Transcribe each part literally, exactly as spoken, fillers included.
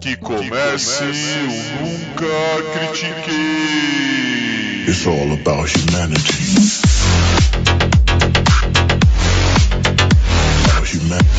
Que comece o Nunca Critiquei. It's all about humanity. About humanity.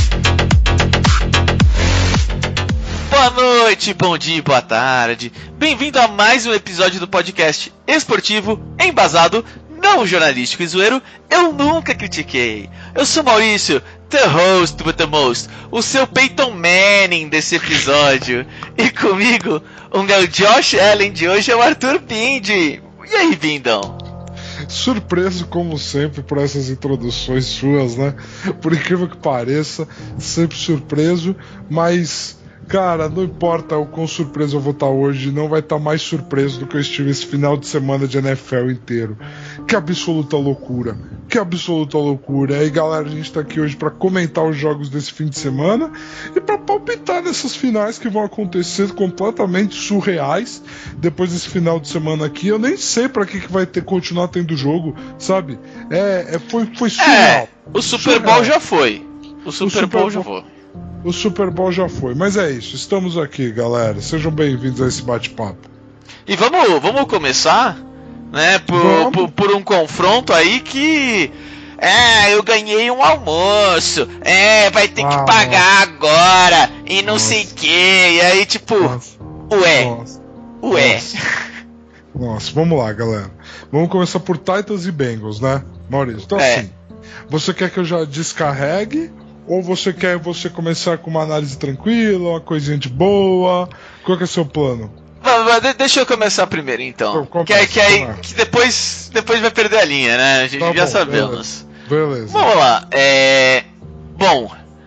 Boa noite, bom dia, boa tarde. Bem-vindo a mais um episódio do podcast esportivo, embasado, não jornalístico e zoeiro. Eu nunca critiquei. Eu sou Maurício, the host with the most, o seu Peyton Manning desse episódio. E comigo, o meu Josh Allen de hoje é o Arthur Bindi. E aí, Bindão? Surpreso, como sempre, por essas introduções suas, né? Por incrível que pareça, sempre surpreso, mas, cara, não importa o quão surpreso eu vou estar hoje, não vai estar mais surpreso do que eu estive esse final de semana de N F L inteiro. Que absoluta loucura, que absoluta loucura. E aí, galera, a gente tá aqui hoje para comentar os jogos desse fim de semana e para palpitar nessas finais que vão acontecer completamente surreais depois desse final de semana aqui. Eu nem sei para que, que vai ter continuar tendo jogo, sabe? É, é foi, foi surreal. É, o Super Bowl surreal. já foi. O Super, o Super Bowl, Bowl já foi. O Super Bowl já foi, mas é isso, estamos aqui, galera. Sejam bem-vindos a esse bate-papo. E vamos, vamos começar, né, por, por, por um confronto aí que... É, eu ganhei um almoço, é, vai ter ah, que pagar nossa. agora, e não nossa. sei o que, e aí tipo, nossa. ué, nossa. ué. Nossa. Nossa, vamos lá, galera. Vamos começar por Titans e Bengals, né, Maurício? Então é. assim, você quer que eu já descarregue? Ou você quer você começar com uma análise tranquila, uma coisinha de boa? Qual que é o seu plano? Deixa eu começar primeiro, então. então que, que aí que depois, depois vai perder a linha, né? A gente tá já bom, sabemos. Beleza. beleza. Vamos lá. É... Bom,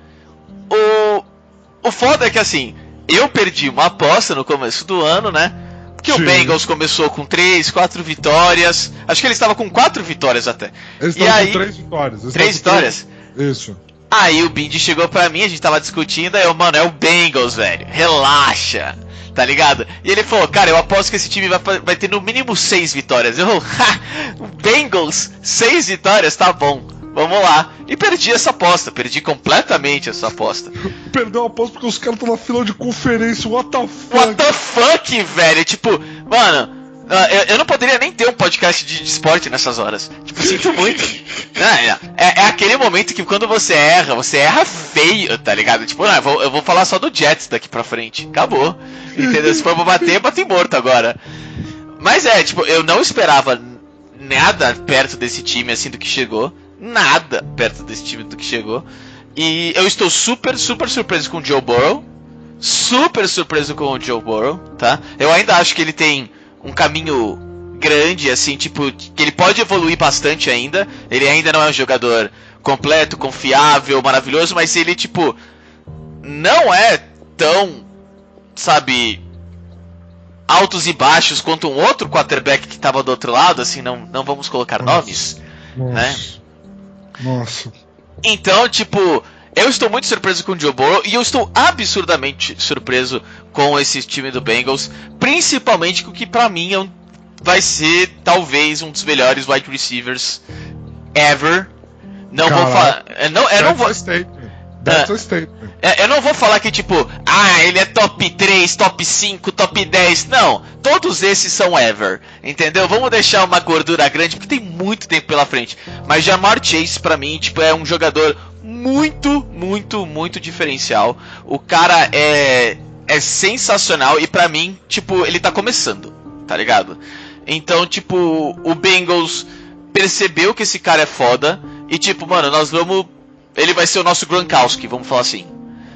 o... o foda é que assim, eu perdi uma aposta no começo do ano, né? Porque Sim. o Bengals começou com três, quatro vitórias. Acho que ele estava com quatro vitórias até. Eles estavam aí... com três vitórias. Eles três vitórias? Três... Isso. Aí o Bindi chegou pra mim, a gente tava discutindo, aí eu, mano, é o Bengals, velho, relaxa, tá ligado? E ele falou, cara, eu aposto que esse time vai, vai ter no mínimo seis vitórias. Eu, ha, o Bengals, seis vitórias, tá bom, vamos lá. E perdi essa aposta, perdi completamente essa aposta. Perdeu a aposta porque os caras estão na fila de conferência, what the fuck? What the fuck, velho, tipo, mano... Eu, eu não poderia nem ter um podcast de, de esporte nessas horas. Tipo, sinto muito. É, é, é aquele momento que quando você erra, você erra feio, tá ligado? Tipo, não, eu, vou, eu vou falar só do Jets daqui pra frente. Acabou. Entendeu? Se for pra bater, bate morto agora. Mas é, tipo, eu não esperava nada perto desse time assim do que chegou. Nada perto desse time do que chegou. E eu estou super, super surpreso com o Joe Burrow. Super surpreso com o Joe Burrow, tá? Eu ainda acho que ele tem um caminho grande, assim, tipo, que ele pode evoluir bastante ainda. Ele ainda não é um jogador completo, confiável, maravilhoso, mas ele, tipo, não é tão, sabe, altos e baixos quanto um outro quarterback que tava do outro lado, assim, não, não vamos colocar Nossa. nomes, Nossa. né? Nossa. Então, tipo... Eu estou muito surpreso com o Joe Burrow e eu estou absurdamente surpreso com esse time do Bengals, principalmente com o que pra mim é um, vai ser talvez um dos melhores wide receivers ever. Não Caraca. vou falar, eu não, eu não vou. That's a statement. É, eu não vou falar que tipo, ah, ele é top três, top cinco, top dez. Não, todos esses são ever, entendeu? Vamos deixar uma gordura grande porque tem muito tempo pela frente. Mas Ja'Marr Chase pra mim, tipo, é um jogador muito, muito, muito diferencial. O cara é é sensacional e pra mim, tipo, ele tá começando, tá ligado? Então, tipo, o Bengals percebeu que esse cara é foda e tipo, mano, nós vamos... Ele vai ser o nosso Gronkowski, vamos falar assim.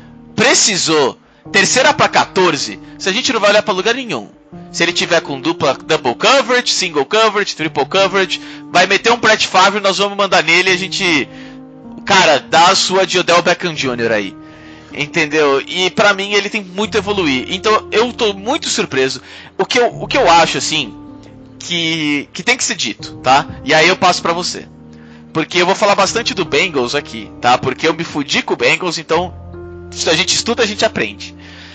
Precisou terceira pra quatorze, se a gente não vai olhar pra lugar nenhum. Se ele tiver com dupla, double coverage, single coverage, triple coverage, vai meter um Brett Favre, nós vamos mandar nele e a gente... Cara, dá a sua de Odell Beckham Júnior aí. Entendeu? E pra mim ele tem muito a evoluir. Então eu tô muito surpreso. O que eu, o que eu acho, assim, que, que tem que ser dito, tá? E aí eu passo pra você. Porque eu vou falar bastante do Bengals aqui, tá? Porque eu me fudi com o Bengals, então se a gente estuda, a gente aprende.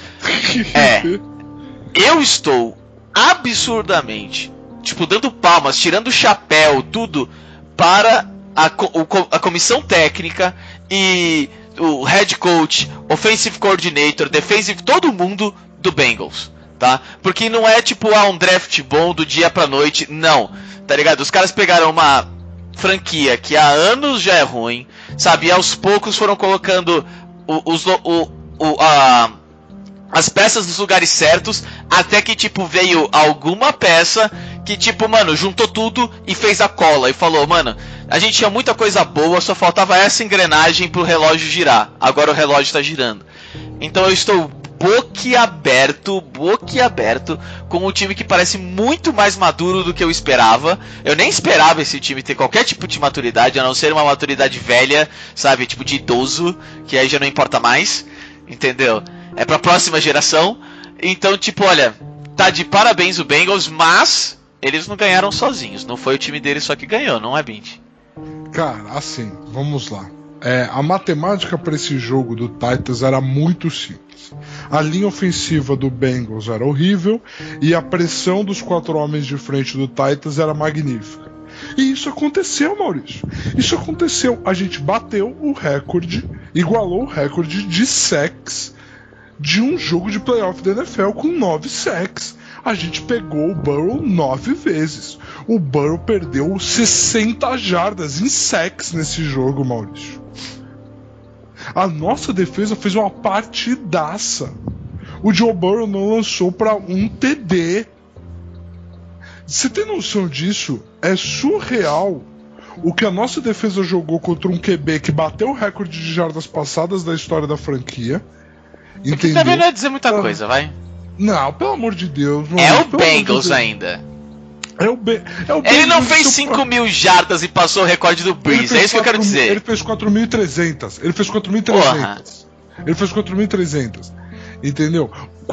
É. Eu estou absurdamente, tipo, dando palmas, tirando o chapéu, tudo, para a, a comissão técnica e o head coach, offensive coordinator, defensive, todo mundo do Bengals, tá? Porque não é tipo ah, um draft bom do dia pra noite, não, tá ligado? Os caras pegaram uma franquia que há anos já é ruim, sabe? E aos poucos foram colocando os, o, o, a, as peças nos lugares certos, até que tipo veio alguma peça que tipo, mano, juntou tudo e fez a cola e falou, mano, a gente tinha muita coisa boa, só faltava essa engrenagem pro relógio girar. Agora o relógio tá girando. Então eu estou boquiaberto, boquiaberto com um time que parece muito mais maduro do que eu esperava. Eu nem esperava esse time ter qualquer tipo de maturidade, a não ser uma maturidade velha, sabe, tipo de idoso, que aí já não importa mais, entendeu? É pra próxima geração. Então, tipo, olha, tá de parabéns o Bengals, mas eles não ganharam sozinhos. Não foi o time deles só que ganhou, não é, Bint? Cara, assim, vamos lá. É, a matemática para esse jogo do Titans era muito simples. A linha ofensiva do Bengals era horrível e a pressão dos quatro homens de frente do Titans era magnífica. E isso aconteceu, Maurício. Isso aconteceu. A gente bateu o recorde, igualou o recorde de sacks de um jogo de playoff da N F L com nove sacks. A gente pegou o Burrow nove vezes. O Burrow perdeu sessenta jardas em sacks nesse jogo, Maurício. A nossa defesa fez uma partidaça. O Joe Burrow não lançou para um T D. Você tem noção disso? É surreal o que a nossa defesa jogou contra um Q B que bateu o recorde de jardas passadas da história da franquia. Entendeu? Também não é dizer muita coisa, vai. Não, pelo amor de Deus. Mano, é o Bengals de ainda. É o, Be é o Ele Bengals não fez cinco mil jardas e passou o recorde do Breeze, é isso que eu quero dizer. Ele fez quatro mil e trezentas. Ele fez quatro mil e trezentas. Ele fez quatro mil e trezentas. Entendeu?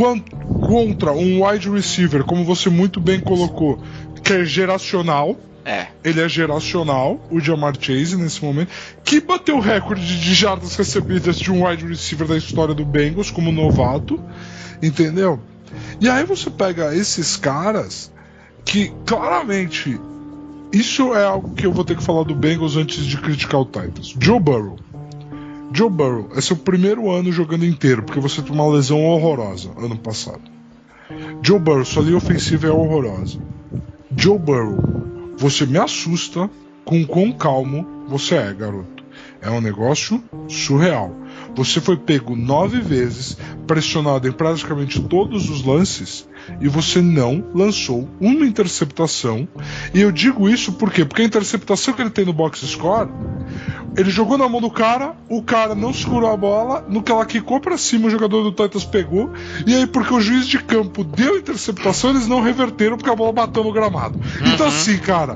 Contra um wide receiver, como você muito bem colocou, que é geracional. É. Ele é geracional, o Ja'Marr Chase, nesse momento, que bateu o recorde de jardas recebidas de um wide receiver da história do Bengals como novato. Entendeu? E aí você pega esses caras que claramente, isso é algo que eu vou ter que falar do Bengals antes de criticar o Titans. Joe Burrow. Joe Burrow é seu primeiro ano jogando inteiro, porque você teve uma lesão horrorosa ano passado. Joe Burrow, sua linha ofensiva é horrorosa. Joe Burrow, você me assusta com quão calmo você é, garoto. É um negócio surreal. Você foi pego nove vezes, pressionado em praticamente todos os lances, e você não lançou uma interceptação. E eu digo isso por quê? Porque a interceptação que ele tem no box score, ele jogou na mão do cara, o cara não segurou a bola, no que ela quicou pra cima, o jogador do Titans pegou, e aí porque o juiz de campo deu a interceptação, eles não reverteram porque a bola bateu no gramado. Uhum. Então assim, cara,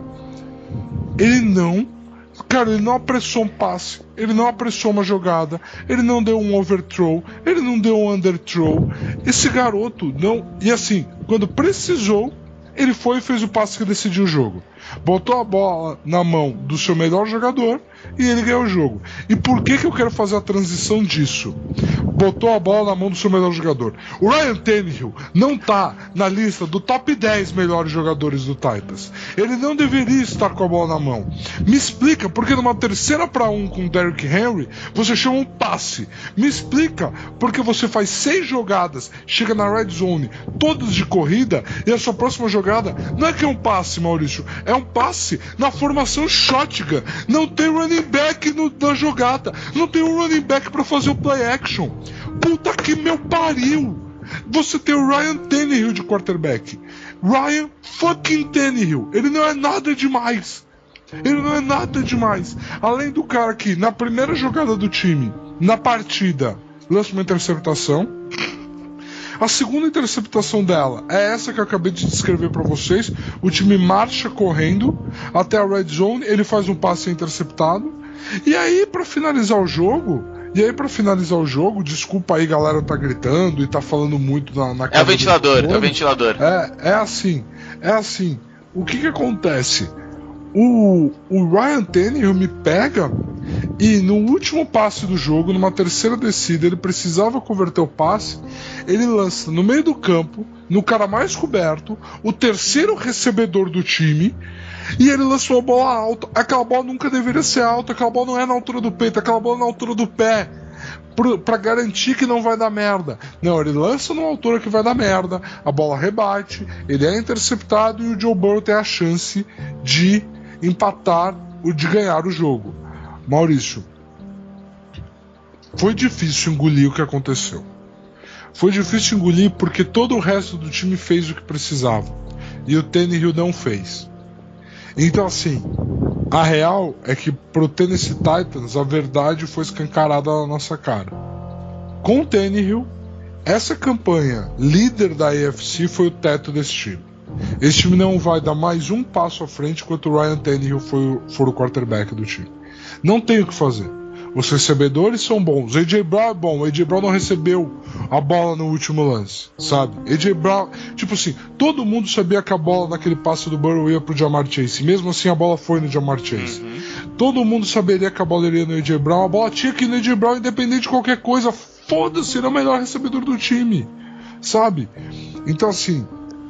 ele não... Cara, ele não apressou um passe, ele não apressou uma jogada, ele não deu um overthrow, ele não deu um underthrow. Esse garoto não... E assim, quando precisou, ele foi e fez o passe que decidiu o jogo. Botou a bola na mão do seu melhor jogador e ele ganhou o jogo. E por que que eu quero fazer a transição disso? Botou a bola na mão do seu melhor jogador. O Ryan Tannehill não tá na lista do top dez melhores jogadores do Titans. Ele não deveria estar com a bola na mão. Me explica porque numa terceira para um com o Derrick Henry você chama um passe. Me explica porque você faz seis jogadas, chega na red zone, todas de corrida, e a sua próxima jogada não é que é um passe, Maurício, é um passe na formação shotgun. Não tem running back no, na jogada, não tem um running back para fazer o play action. Puta que meu pariu! Você tem o Ryan Tannehill de quarterback. Ryan fucking Tannehill. Ele não é nada demais. Ele não é nada demais. Além do cara que na primeira jogada do time, na partida, lança uma interceptação. A segunda interceptação dela é essa que eu acabei de descrever para vocês. O time marcha correndo até a red zone, ele faz um passe interceptado. E aí, para finalizar o jogo, e aí para finalizar o jogo, desculpa aí, galera, tá gritando e tá falando muito na, na casa. É o ventilador, é o ventilador. É, é assim, é assim. O que que acontece? O, o Ryan Tannehill me pega e no último passe do jogo, numa terceira descida, ele precisava converter o passe, ele lança no meio do campo, no cara mais coberto, o terceiro recebedor do time, e ele lançou a bola alta. Aquela bola nunca deveria ser alta, aquela bola não é na altura do peito, aquela bola é na altura do pé. pro, pra garantir que não vai dar merda. Não, ele lança numa altura que vai dar merda, a bola rebate, ele é interceptado e o Joe Burrow tem a chance de empatar, de ganhar o jogo. Maurício, foi difícil engolir o que aconteceu. Foi difícil engolir porque todo o resto do time fez o que precisava e o Tannehill não fez. Então assim, a real é que pro Tennessee Titans a verdade foi escancarada na nossa cara. Com o Tannehill, essa campanha líder da A F C foi o teto desse time. Esse time não vai dar mais um passo à frente enquanto o Ryan Tannehill for, for o quarterback do time. Não tem o que fazer. Os recebedores são bons. A J Brown é bom. A J Brown não recebeu a bola no último lance, sabe? A J Brown, tipo assim, todo mundo sabia que a bola naquele passe do Burrow ia pro Ja'Marr Chase. Mesmo assim, a bola foi no Ja'Marr Chase. Uhum. Todo mundo saberia que a bola iria no A J Brown. A bola tinha que ir no A J Brown, independente de qualquer coisa. Foda-se, ele é o melhor recebedor do time, sabe? Então, assim,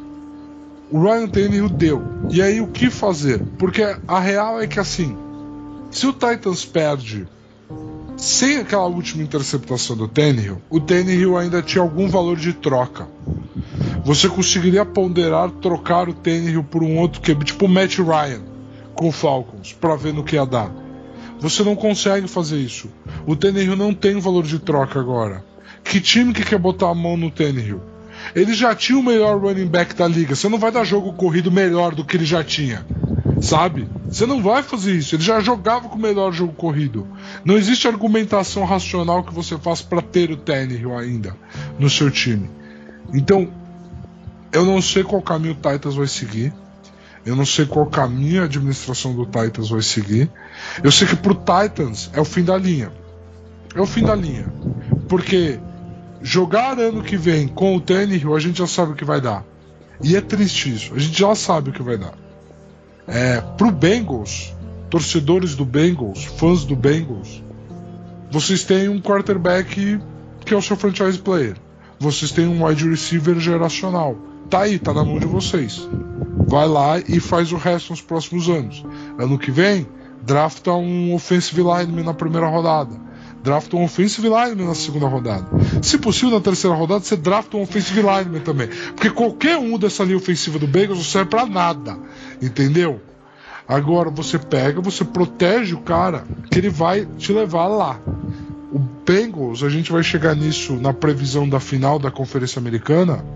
o Ryan Tannehill deu. E aí, o que fazer? Porque a real é que, assim, se o Titans perde sem aquela última interceptação do Tannehill, o Tannehill ainda tinha algum valor de troca. Você conseguiria ponderar trocar o Tannehill por um outro que tipo o Matt Ryan com o Falcons, pra ver no que ia dar. Você não consegue fazer isso. O Tannehill não tem valor de troca agora. Que time que quer botar a mão no Tannehill? Ele já tinha o melhor running back da liga. Você não vai dar jogo corrido melhor do que ele já tinha, sabe? Você não vai fazer isso. Ele já jogava com o melhor jogo corrido. Não existe argumentação racional que você faça para ter o Tannehill ainda no seu time. Então, eu não sei qual caminho o Titans vai seguir. Eu não sei qual caminho a administração do Titans vai seguir. Eu sei que pro Titans é o fim da linha. É o fim da linha. Porque jogar ano que vem com o Tannehill, a gente já sabe o que vai dar. E é triste isso. A gente já sabe o que vai dar. É, pro Bengals, torcedores do Bengals, fãs do Bengals, vocês têm um quarterback que é o seu franchise player. Vocês têm um wide receiver geracional. Tá aí, tá na mão de vocês. Vai lá e faz o resto nos próximos anos. Ano que vem, drafta um offensive lineman na primeira rodada. Drafta um offensive lineman na segunda rodada. Se possível, na terceira rodada, você drafta um offensive lineman também. Porque qualquer um dessa linha ofensiva do Bengals não serve pra nada. Entendeu? Agora você pega, você protege o cara, que ele vai te levar lá. O Bengals, a gente vai chegar nisso na previsão da final da Conferência Americana.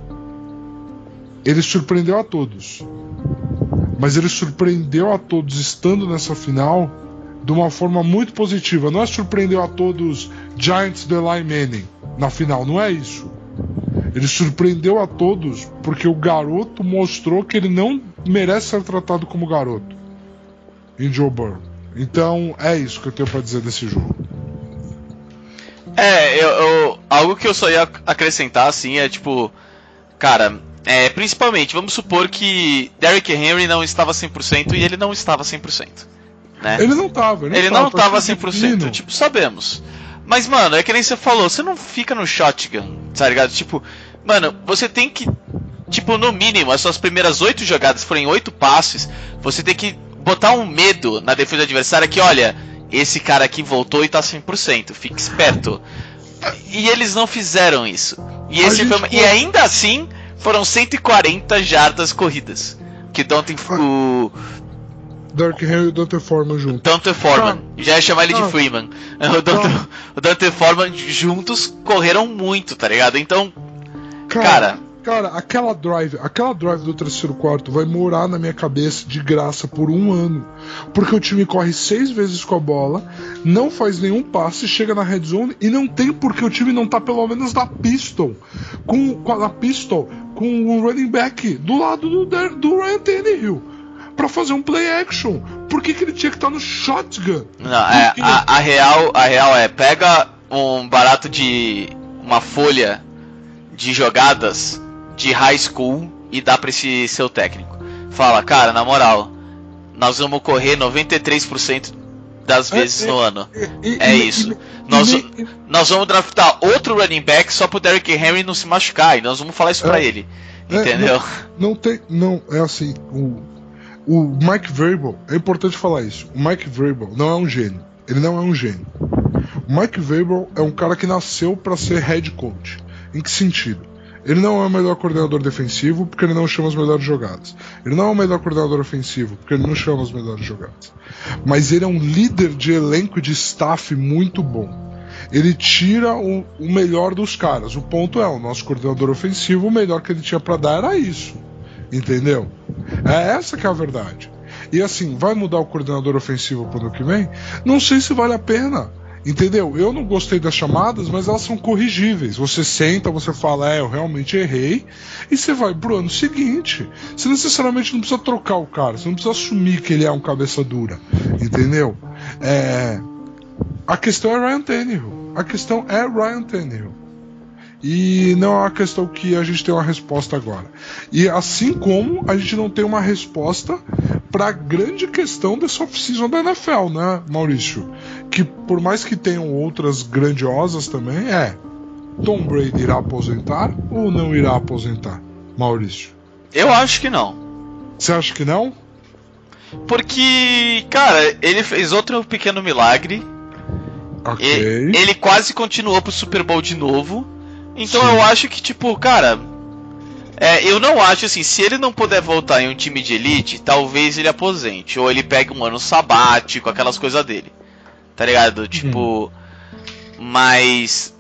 Ele surpreendeu a todos. Mas ele surpreendeu a todos estando nessa final de uma forma muito positiva. Não é surpreendeu a todos Giants do Eli Manning na final, não é isso. Ele surpreendeu a todos porque o garoto mostrou que ele não merece ser tratado como garoto em Joe Burrow. Então é isso que eu tenho pra dizer desse jogo. É, eu, eu, algo que eu só ia acrescentar assim é tipo, cara, é, principalmente vamos supor que Derrick Henry não estava cem por cento e ele não estava cem por cento, né? Ele não tava, ele, ele não não tava, tava cem por cento, tipo, sabemos. Mas, mano, é que nem você falou, você não fica no shotgun, tá ligado? Tipo, mano, você tem que, tipo, no mínimo, as suas primeiras oito jogadas forem oito passes, você tem que botar um medo na defesa adversária que, olha, esse cara aqui voltou e tá cem por cento, fique esperto. E eles não fizeram isso. E, esse foi, gente... e ainda assim, foram cento e quarenta jardas corridas. Que Dante... O... Derrick Henry e o Dante Foreman juntos. Dante Foreman, ah, já ia chamar ele ah, de Freeman. O Dante, ah, o Dante Foreman juntos correram muito, tá ligado? Então, cara, cara, cara, aquela drive, aquela drive do terceiro quarto vai morar na minha cabeça de graça por um ano, porque o time corre seis vezes com a bola, não faz nenhum passe, chega na red zone e não tem porque o time não tá pelo menos na pistol, com, com a pistol, com o running back do lado do, do Ryan Tannehill pra fazer um play action. Por que, que ele tinha que estar no shotgun? Não, é, a, a, real, a real é, pega um barato de uma folha de jogadas de high school e dá pra esse seu técnico. Fala, cara, na moral, nós vamos correr noventa e três por cento das vezes é, no é, ano. É, é, é isso. É, nós, é, nós vamos draftar outro running back só pro Derrick Henry não se machucar. E nós vamos falar isso é, pra ele. Entendeu? Não, não tem. Não, é assim. O, o Mike Vrabel, é importante falar isso. O Mike Vrabel não é um gênio. Ele não é um gênio. O Mike Vrabel é um cara que nasceu para ser head coach. Em que sentido? Ele não é o melhor coordenador defensivo porque ele não chama as melhores jogadas. Ele não é o melhor coordenador ofensivo porque ele não chama as melhores jogadas. Mas ele é um líder de elenco e de staff muito bom. Ele tira o, o melhor dos caras. O ponto é, o nosso coordenador ofensivo, o melhor que ele tinha para dar era isso. Entendeu? É essa que é a verdade. E assim, vai mudar o coordenador ofensivo pro ano que vem? Não sei se vale a pena. Entendeu? Eu não gostei das chamadas, mas elas são corrigíveis. Você senta, você fala, é, eu realmente errei, e você vai pro ano seguinte. Você necessariamente não precisa trocar o cara, você não precisa assumir que ele é um cabeça dura. Entendeu? É... A questão é Ryan Tannehill. A questão é Ryan Tannehill. E não é uma questão que a gente tem uma resposta agora. E assim como a gente não tem uma resposta para a grande questão dessa off-season da N F L, né, Maurício? Que por mais que tenham outras grandiosas também, é Tom Brady irá aposentar ou não irá aposentar, Maurício? Eu acho que não. Você acha que não? Porque, cara, ele fez outro pequeno milagre. Ok. Ele, ele quase continuou pro Super Bowl de novo. Então Sim. eu acho que, tipo, cara, é, eu não acho assim, se ele não puder voltar em um time de elite, talvez ele aposente. Ou ele pegue um ano sabático, aquelas coisas dele. Tá ligado? Tipo. Hum. Mas.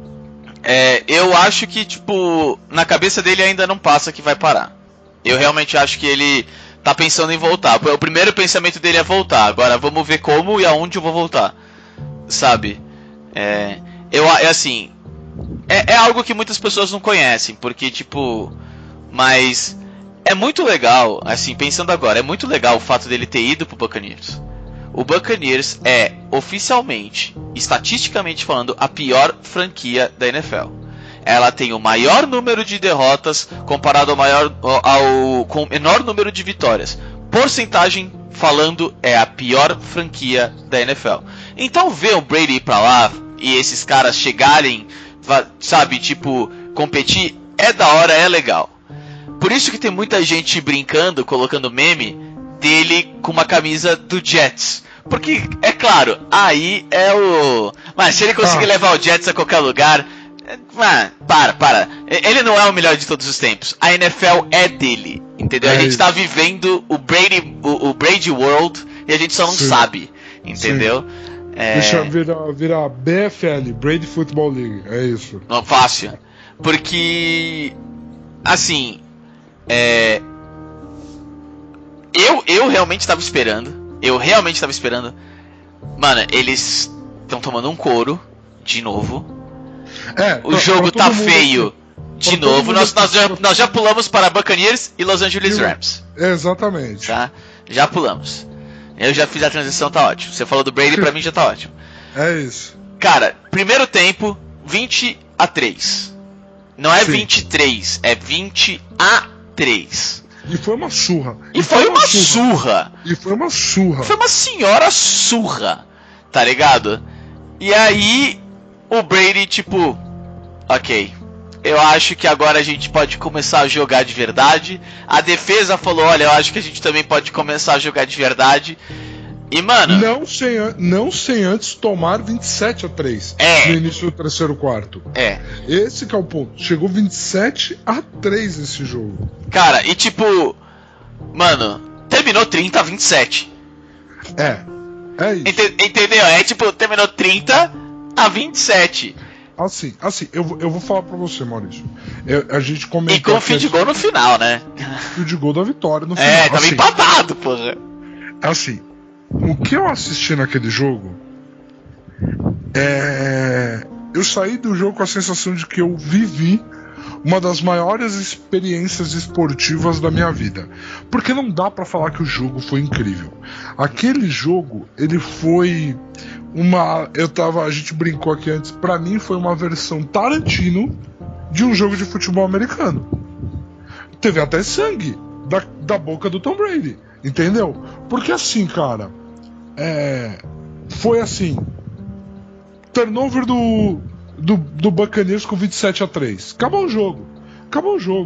É, eu acho que, tipo, na cabeça dele ainda não passa que vai parar. Eu realmente acho que ele tá pensando em voltar. O primeiro pensamento dele é voltar. Agora vamos ver como e aonde eu vou voltar. Sabe? É, eu, é assim. É, é algo que muitas pessoas não conhecem, porque, tipo, mas é muito legal, assim, pensando agora, é muito legal o fato dele ter ido pro Buccaneers. O Buccaneers é, oficialmente, estatisticamente falando, a pior franquia da N F L. Ela tem o maior número de derrotas comparado ao maior, ao, com o menor número de vitórias. Porcentagem falando, é a pior franquia da N F L. Então ver o Brady ir pra lá e esses caras chegarem, sabe, tipo, competir, é da hora, é legal. Por isso que tem muita gente brincando, colocando meme dele com uma camisa do Jets. Porque, é claro, aí é o... Mas se ele conseguir ah. levar o Jets a qualquer lugar... Ah, para, para. Ele não é o melhor de todos os tempos. A N F L é dele, entendeu? É a gente isso. tá vivendo o Brady, o, o Brady World e a gente só não Sim. sabe, entendeu? Sim. É... Deixa virar, virar B F L, Brady Football League, é isso. Não, fácil. Porque, assim, é... eu, eu realmente estava esperando, eu realmente estava esperando, mano, eles estão tomando um couro, de novo. É, o jogo tá feio, de novo, nós, nós, já, nós já pulamos para Buccaneers e Los Angeles Rams. Exatamente. Tá? Já pulamos. Eu já fiz a transição, tá ótimo. Você falou do Brady, pra mim já tá ótimo. É isso. Cara, primeiro tempo, vinte a três. Não é Sim. vinte e três, é vinte a três. E foi uma surra. E, e foi, foi uma surra. surra. E foi uma surra. Foi uma senhora surra. Tá ligado? E aí, o Brady, tipo... Ok, eu acho que agora a gente pode começar a jogar de verdade. A defesa falou, olha, eu acho que a gente também pode começar a jogar de verdade. E, mano... Não sem, não sem antes tomar vinte e sete a três é. no início do terceiro quarto. É. Esse que é o ponto. Chegou vinte e sete a três esse jogo. Cara, e tipo... Mano, terminou trinta a vinte e sete. É. É isso. Ent- entendeu? É tipo, terminou trinta a vinte e sete. Assim, assim, eu, eu vou falar pra você, Maurício. Eu, a gente comentou. E com o field goal no final, né? Field goal da vitória no final. É, tava assim, empatado, porra. Assim, o que eu assisti naquele jogo é. Eu saí do jogo com a sensação de que eu vivi uma das maiores experiências esportivas da minha vida. Porque não dá pra falar que o jogo foi incrível. Aquele jogo, ele foi uma... Eu tava... A gente brincou aqui antes. Pra mim foi uma versão Tarantino de um jogo de futebol americano. Teve até sangue da, da boca do Tom Brady. Entendeu? Porque assim, cara... É... Foi assim... Turnover do... Do, do Buccaneers com vinte e sete a três. Acabou o jogo. Acabou o jogo.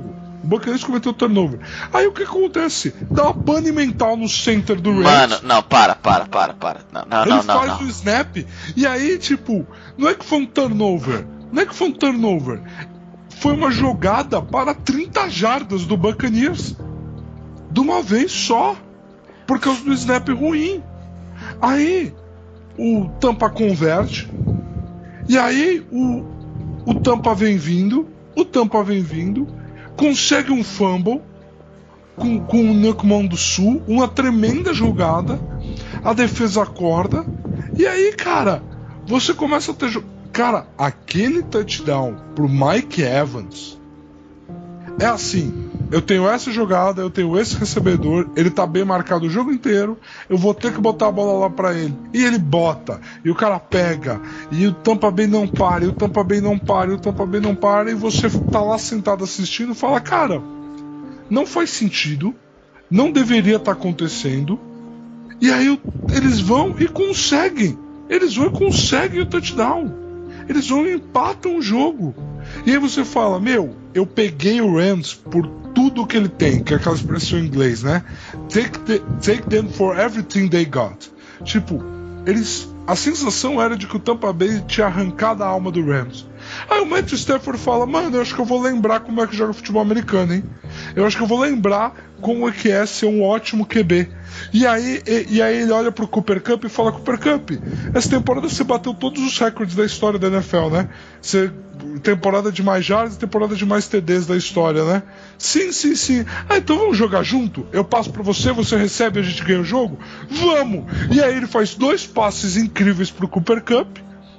O Buccaneers cometeu turnover. Aí o que acontece? Dá uma pane mental no center do Rams. Mano, não, para, para, para, para. Não, não, Ele não, faz não, o snap. E aí, tipo, não é que foi um turnover. Não é que foi um turnover. Foi uma jogada para trinta jardas do Buccaneers. De uma vez só. Por causa do snap ruim. Aí, o Tampa converte. E aí, o, o Tampa vem vindo. O Tampa vem vindo. Consegue um fumble com, com o Nuckman do Sul, uma tremenda jogada, a defesa acorda, e aí, cara, você começa a ter... Jo- cara, aquele touchdown pro Mike Evans é assim, eu tenho essa jogada, eu tenho esse recebedor, ele tá bem marcado o jogo inteiro, eu vou ter que botar a bola lá pra ele, e ele bota, e o cara pega, e o Tampa Bay não para, e o Tampa Bay não para, e o Tampa Bay não para, e você tá lá sentado assistindo e fala, cara, não faz sentido, não deveria estar acontecendo, e aí eles vão e conseguem, eles vão e conseguem o touchdown, eles vão e empatam o jogo, e aí você fala, meu, eu peguei o Rams por tudo que ele tem, que é aquela expressão em inglês, né? Take, the, take them for everything they got. Tipo, eles, a sensação era de que o Tampa Bay tinha arrancado a alma do Rams. Aí o Matthew Stafford fala, mano, eu acho que eu vou lembrar como é que joga futebol americano, hein? Eu acho que eu vou lembrar como é que é ser um ótimo Q B. E aí, e, e aí ele olha pro Cooper Kupp e fala, Cooper Kupp, essa temporada você bateu todos os recordes da história da N F L, né? Você, temporada de mais yards, temporada de mais T Ds da história, né? Sim, sim, sim. Ah, então vamos jogar junto? Eu passo pra você, você recebe e a gente ganha o jogo? Vamos! E aí ele faz dois passes incríveis pro Cooper Kupp.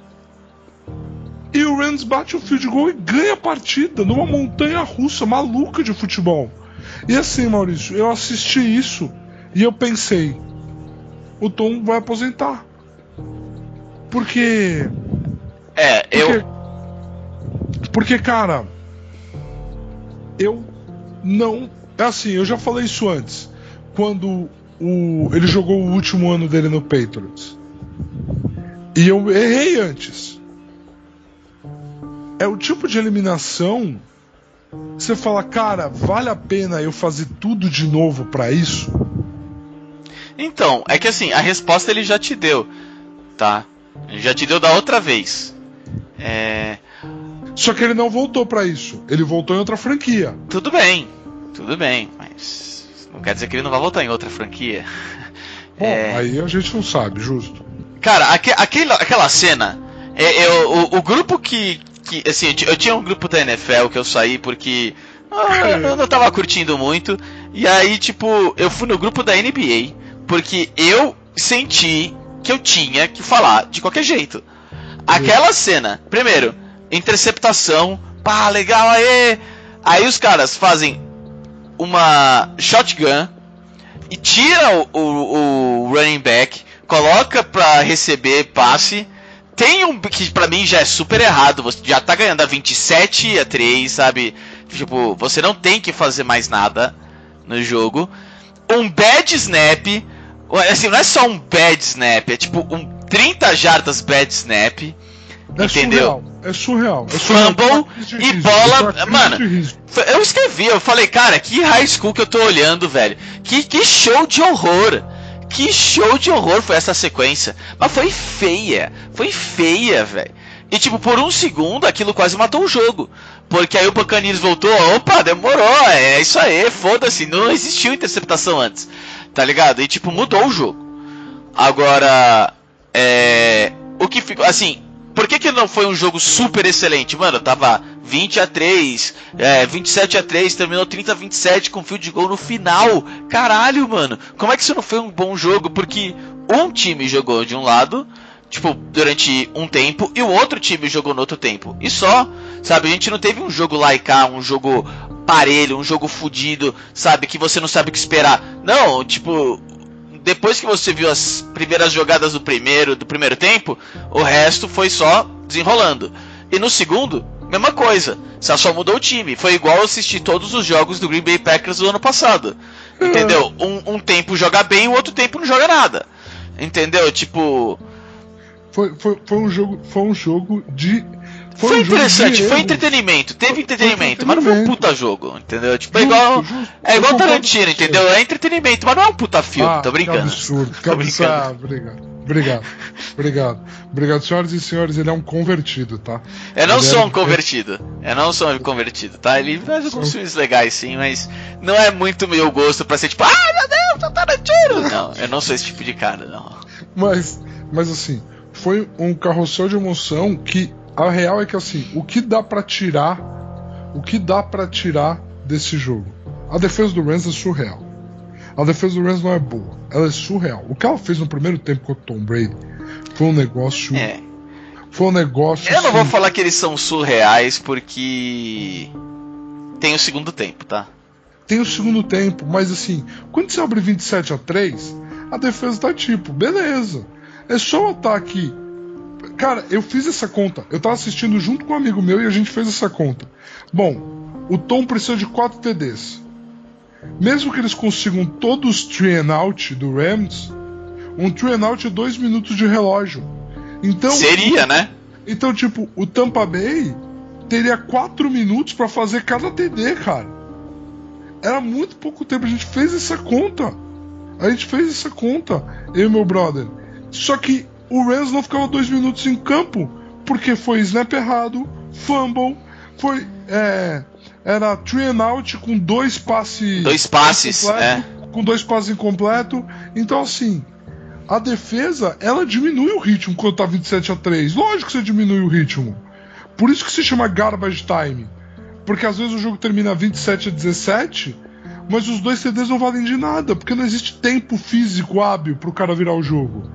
E o Rams bate o field goal e ganha a partida numa montanha russa maluca de futebol. E assim, Maurício, eu assisti isso e eu pensei, o Tom vai aposentar. Porque... É, porque, eu... Porque, cara, eu não... É assim, eu já falei isso antes. Quando o, ele jogou o último ano dele no Patriots. E eu errei antes. É o tipo de eliminação... Você fala, cara, vale a pena eu fazer tudo de novo pra isso? Então, é que assim, a resposta ele já te deu, tá? Ele já te deu da outra vez. É... Só que ele não voltou pra isso. Ele voltou em outra franquia. Tudo bem, tudo bem, mas não quer dizer que ele não vai voltar em outra franquia. Bom, é... aí a gente não sabe, justo. Cara, aque, aquele, aquela cena, é, é, o, o grupo que, que. Assim, eu tinha um grupo da N F L que eu saí porque ah, eu não tava curtindo muito. E aí, tipo, eu fui no grupo da N B A porque eu senti que eu tinha que falar de qualquer jeito. Aquela cena, primeiro, interceptação, pá, legal, aê. Aí os caras fazem uma shotgun e tira o, o, o running back, coloca pra receber passe. Tem um que pra mim já é super errado, você já tá ganhando a vinte e sete a três, sabe? Tipo, você não tem que fazer mais nada no jogo. Um bad snap, assim, não é só um bad snap, é tipo um trinta jardas bad snap. É entendeu? Surreal, é surreal. É surreal. Fumble e bola. Mano, eu escrevi, eu falei, cara, que high school que eu tô olhando, velho. Que, que show de horror. Que show de horror foi essa sequência. Mas foi feia. Foi feia, velho. E tipo, por um segundo aquilo quase matou o jogo. Porque aí o Buccaneers voltou, opa, demorou, é isso aí, foda-se, não existiu interceptação antes. Tá ligado? E tipo, mudou o jogo. Agora, é... o que ficou, assim, por que que não foi um jogo super excelente? Mano, tava vinte a três, é, vinte e sete a três, terminou trinta a vinte e sete com field goal no final. Caralho, mano, como é que isso não foi um bom jogo? Porque um time jogou de um lado, tipo, durante um tempo, e o outro time jogou no outro tempo. E só, sabe, a gente não teve um jogo lá e cá, um jogo parelho, um jogo fudido, sabe, que você não sabe o que esperar. Não, tipo, depois que você viu as primeiras jogadas do primeiro, do primeiro tempo, o resto foi só desenrolando. E no segundo, mesma coisa, só mudou o time. Foi igual assistir todos os jogos do Green Bay Packers do ano passado. Entendeu? Um, um tempo joga bem, o outro tempo não joga nada. Entendeu? Tipo... Foi, foi, foi, um jogo, foi um jogo de Foi, um jogo interessante, de foi erros. entretenimento, teve Foi- entretenimento, foi mas não foi um entretenimento. puta jogo, entendeu? Tipo, é Justo, igual. justo. É igual Eu concordo Tarantino, com você. entendeu? É entretenimento, mas não é um puta filme, Ah, tô brincando. Que absurdo, que Tô absurdo. brincando. Ah, obrigado. Obrigado. Obrigado. Obrigado, senhoras e senhores, ele é um convertido, tá? Eu não Ele sou era- um convertido. Eu não sou um convertido, tá? Ele faz alguns Sou- filmes legais, sim, mas não é muito meu gosto pra ser tipo, ah, meu Deus, é o Tarantino! Não, eu não sou esse tipo de cara, não. Mas, mas assim, foi um carrossel de emoção que a real é que assim, o que dá pra tirar, o que dá para tirar desse jogo? A defesa do Rams é surreal. A defesa do Rams não é boa, ela é surreal. O que ela fez no primeiro tempo com o Tom Brady foi um negócio, É. foi um negócio. Eu não vou assim, falar que eles são surreais porque tem o segundo tempo, tá? Tem o segundo tempo, mas assim, quando você abre vinte e sete a três, a defesa tá tipo, beleza. É só o ataque. Cara, eu fiz essa conta. Eu tava assistindo junto com um amigo meu e a gente fez essa conta. Bom, o Tom precisa de quatro T Ds. Mesmo que eles consigam todos os three and out do Rams, um three and out é dois minutos de relógio. Então, Seria, né? então tipo, o Tampa Bay teria quatro minutos pra fazer cada T D, cara. Era muito pouco tempo. A gente fez essa conta. A gente fez essa conta, eu e meu brother. Só que o Rams não ficava dois minutos em campo, porque foi snap errado, fumble, foi. É, era three and out com dois passes. Dois passes, incompleto, é. Com dois passes incompletos. Então, assim, a defesa, ela diminui o ritmo quando tá vinte e sete a três. Lógico que você diminui o ritmo. Por isso que se chama garbage time. Porque às vezes o jogo termina vinte e sete a dezessete, mas os dois C Ds não valem de nada, porque não existe tempo físico hábil pro cara virar o jogo.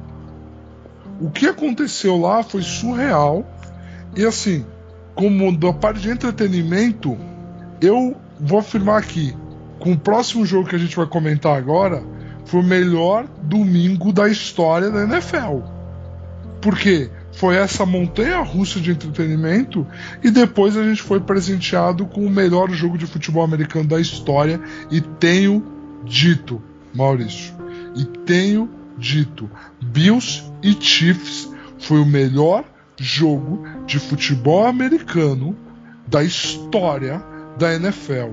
O que aconteceu lá foi surreal. E assim, como da parte de entretenimento, eu vou afirmar aqui, com o próximo jogo que a gente vai comentar agora, foi o melhor domingo da história da N F L. Por quê? Foi essa montanha-russa de entretenimento e depois a gente foi presenteado com o melhor jogo de futebol americano da história. E tenho dito, Maurício, e tenho dito, Bills e Chiefs foi o melhor jogo de futebol americano da história da N F L.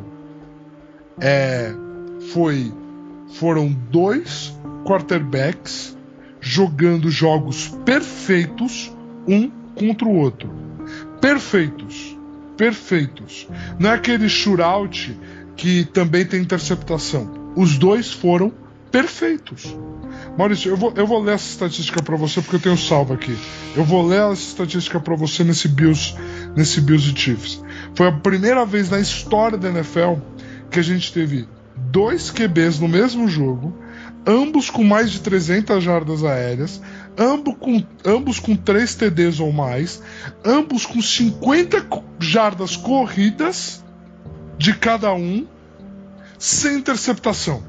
É, foi, foram dois quarterbacks jogando jogos perfeitos um contra o outro. Perfeitos. Perfeitos. Não é aquele shootout que também tem interceptação. Os dois foram perfeitos. Maurício, eu vou, eu vou ler essa estatística pra você porque eu tenho salvo aqui. Eu vou ler essa estatística pra você nesse Bills, nesse Bills e Chiefs. Foi a primeira vez na história da N F L que a gente teve dois Q Bs no mesmo jogo, ambos com mais de trezentas jardas aéreas, ambos com, ambos com três T Ds ou mais, ambos com cinquenta jardas corridas de cada um, sem interceptação.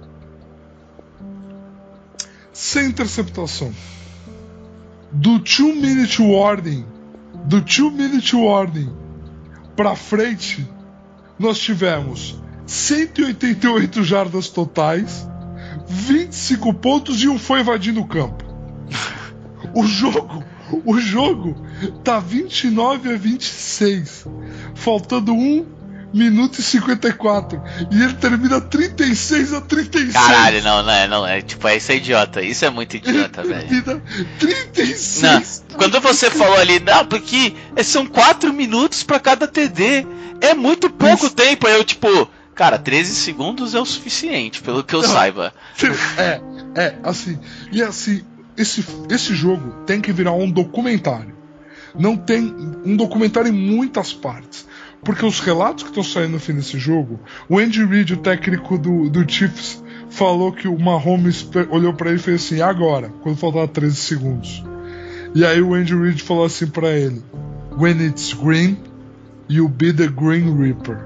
Sem interceptação. Do two minute warning, do two minute warning pra frente, nós tivemos cento e oitenta e oito jardas totais, vinte e cinco pontos e um foi invadindo o campo. O jogo, o jogo tá vinte e nove a vinte e seis, faltando um minuto e cinquenta e quatro, e ele termina trinta e seis a trinta e seis. Caralho, não, não é, não é. Tipo, isso é idiota. Isso é muito idiota, ele velho. termina trinta e seis. Não, quando você falou ali, não, porque são quatro minutos pra cada T D. É muito pouco Isso. tempo. Aí eu, tipo, cara, treze segundos é o suficiente, pelo que eu Não. saiba. É, é, assim, e assim, esse, esse jogo tem que virar um documentário. Não tem um documentário em muitas partes. Porque os relatos que estão saindo no fim desse jogo, o Andy Reid, o técnico do, do Chiefs, falou que o Mahomes olhou pra ele e fez assim, agora, quando faltava treze segundos. E aí o Andy Reid falou assim pra ele, when it's green, you'll be the Green Reaper.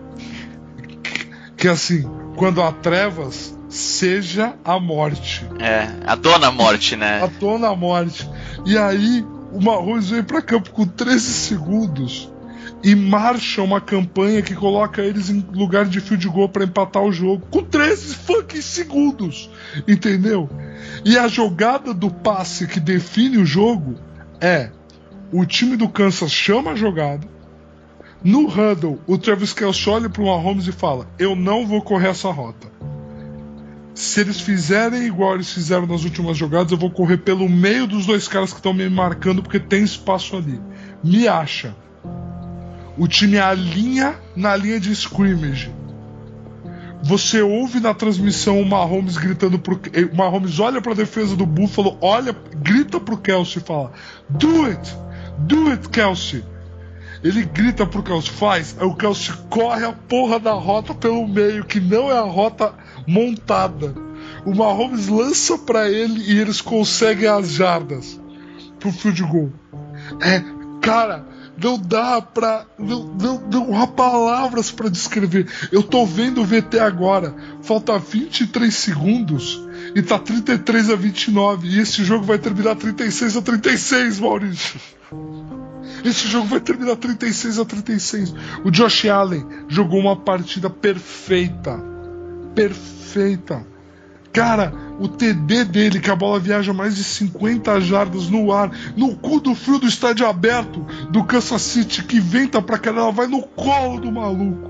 Que assim, quando há trevas, seja a morte. É, a dona morte, A né? dona morte. E aí o Mahomes veio pra campo com treze segundos e marcha uma campanha que coloca eles em lugar de field goal pra empatar o jogo com treze fucking segundos, entendeu? E a jogada do passe que define o jogo é o time do Kansas chama a jogada. No huddle, o Travis Kelce olha pro Mahomes e fala: eu não vou correr essa rota. Se eles fizerem igual eles fizeram nas últimas jogadas, eu vou correr pelo meio dos dois caras que estão me marcando, porque tem espaço ali. Me acha. O time alinha na linha de scrimmage. Você ouve na transmissão o Mahomes gritando pro... O Mahomes olha pra defesa do Buffalo, olha, grita pro Kelce e fala: do it! Do it, Kelce! Ele grita pro Kelce, faz. Aí o Kelce corre a porra da rota pelo meio, que não é a rota montada. O Mahomes lança pra ele e eles conseguem as jardas pro field goal. É, cara, não dá pra... Não, não, não há palavras pra descrever. Eu tô vendo o V T agora. Falta vinte e três segundos e tá trinta e três a vinte e nove. E esse jogo vai terminar trinta e seis a trinta e seis, Maurício. Esse jogo vai terminar trinta e seis a trinta e seis. O Josh Allen jogou uma partida perfeita. Perfeita. Cara, o T D dele, que a bola viaja mais de cinquenta jardas no ar, no cu do frio do estádio aberto do Kansas City, que venta pra caramba, ela vai no colo do maluco.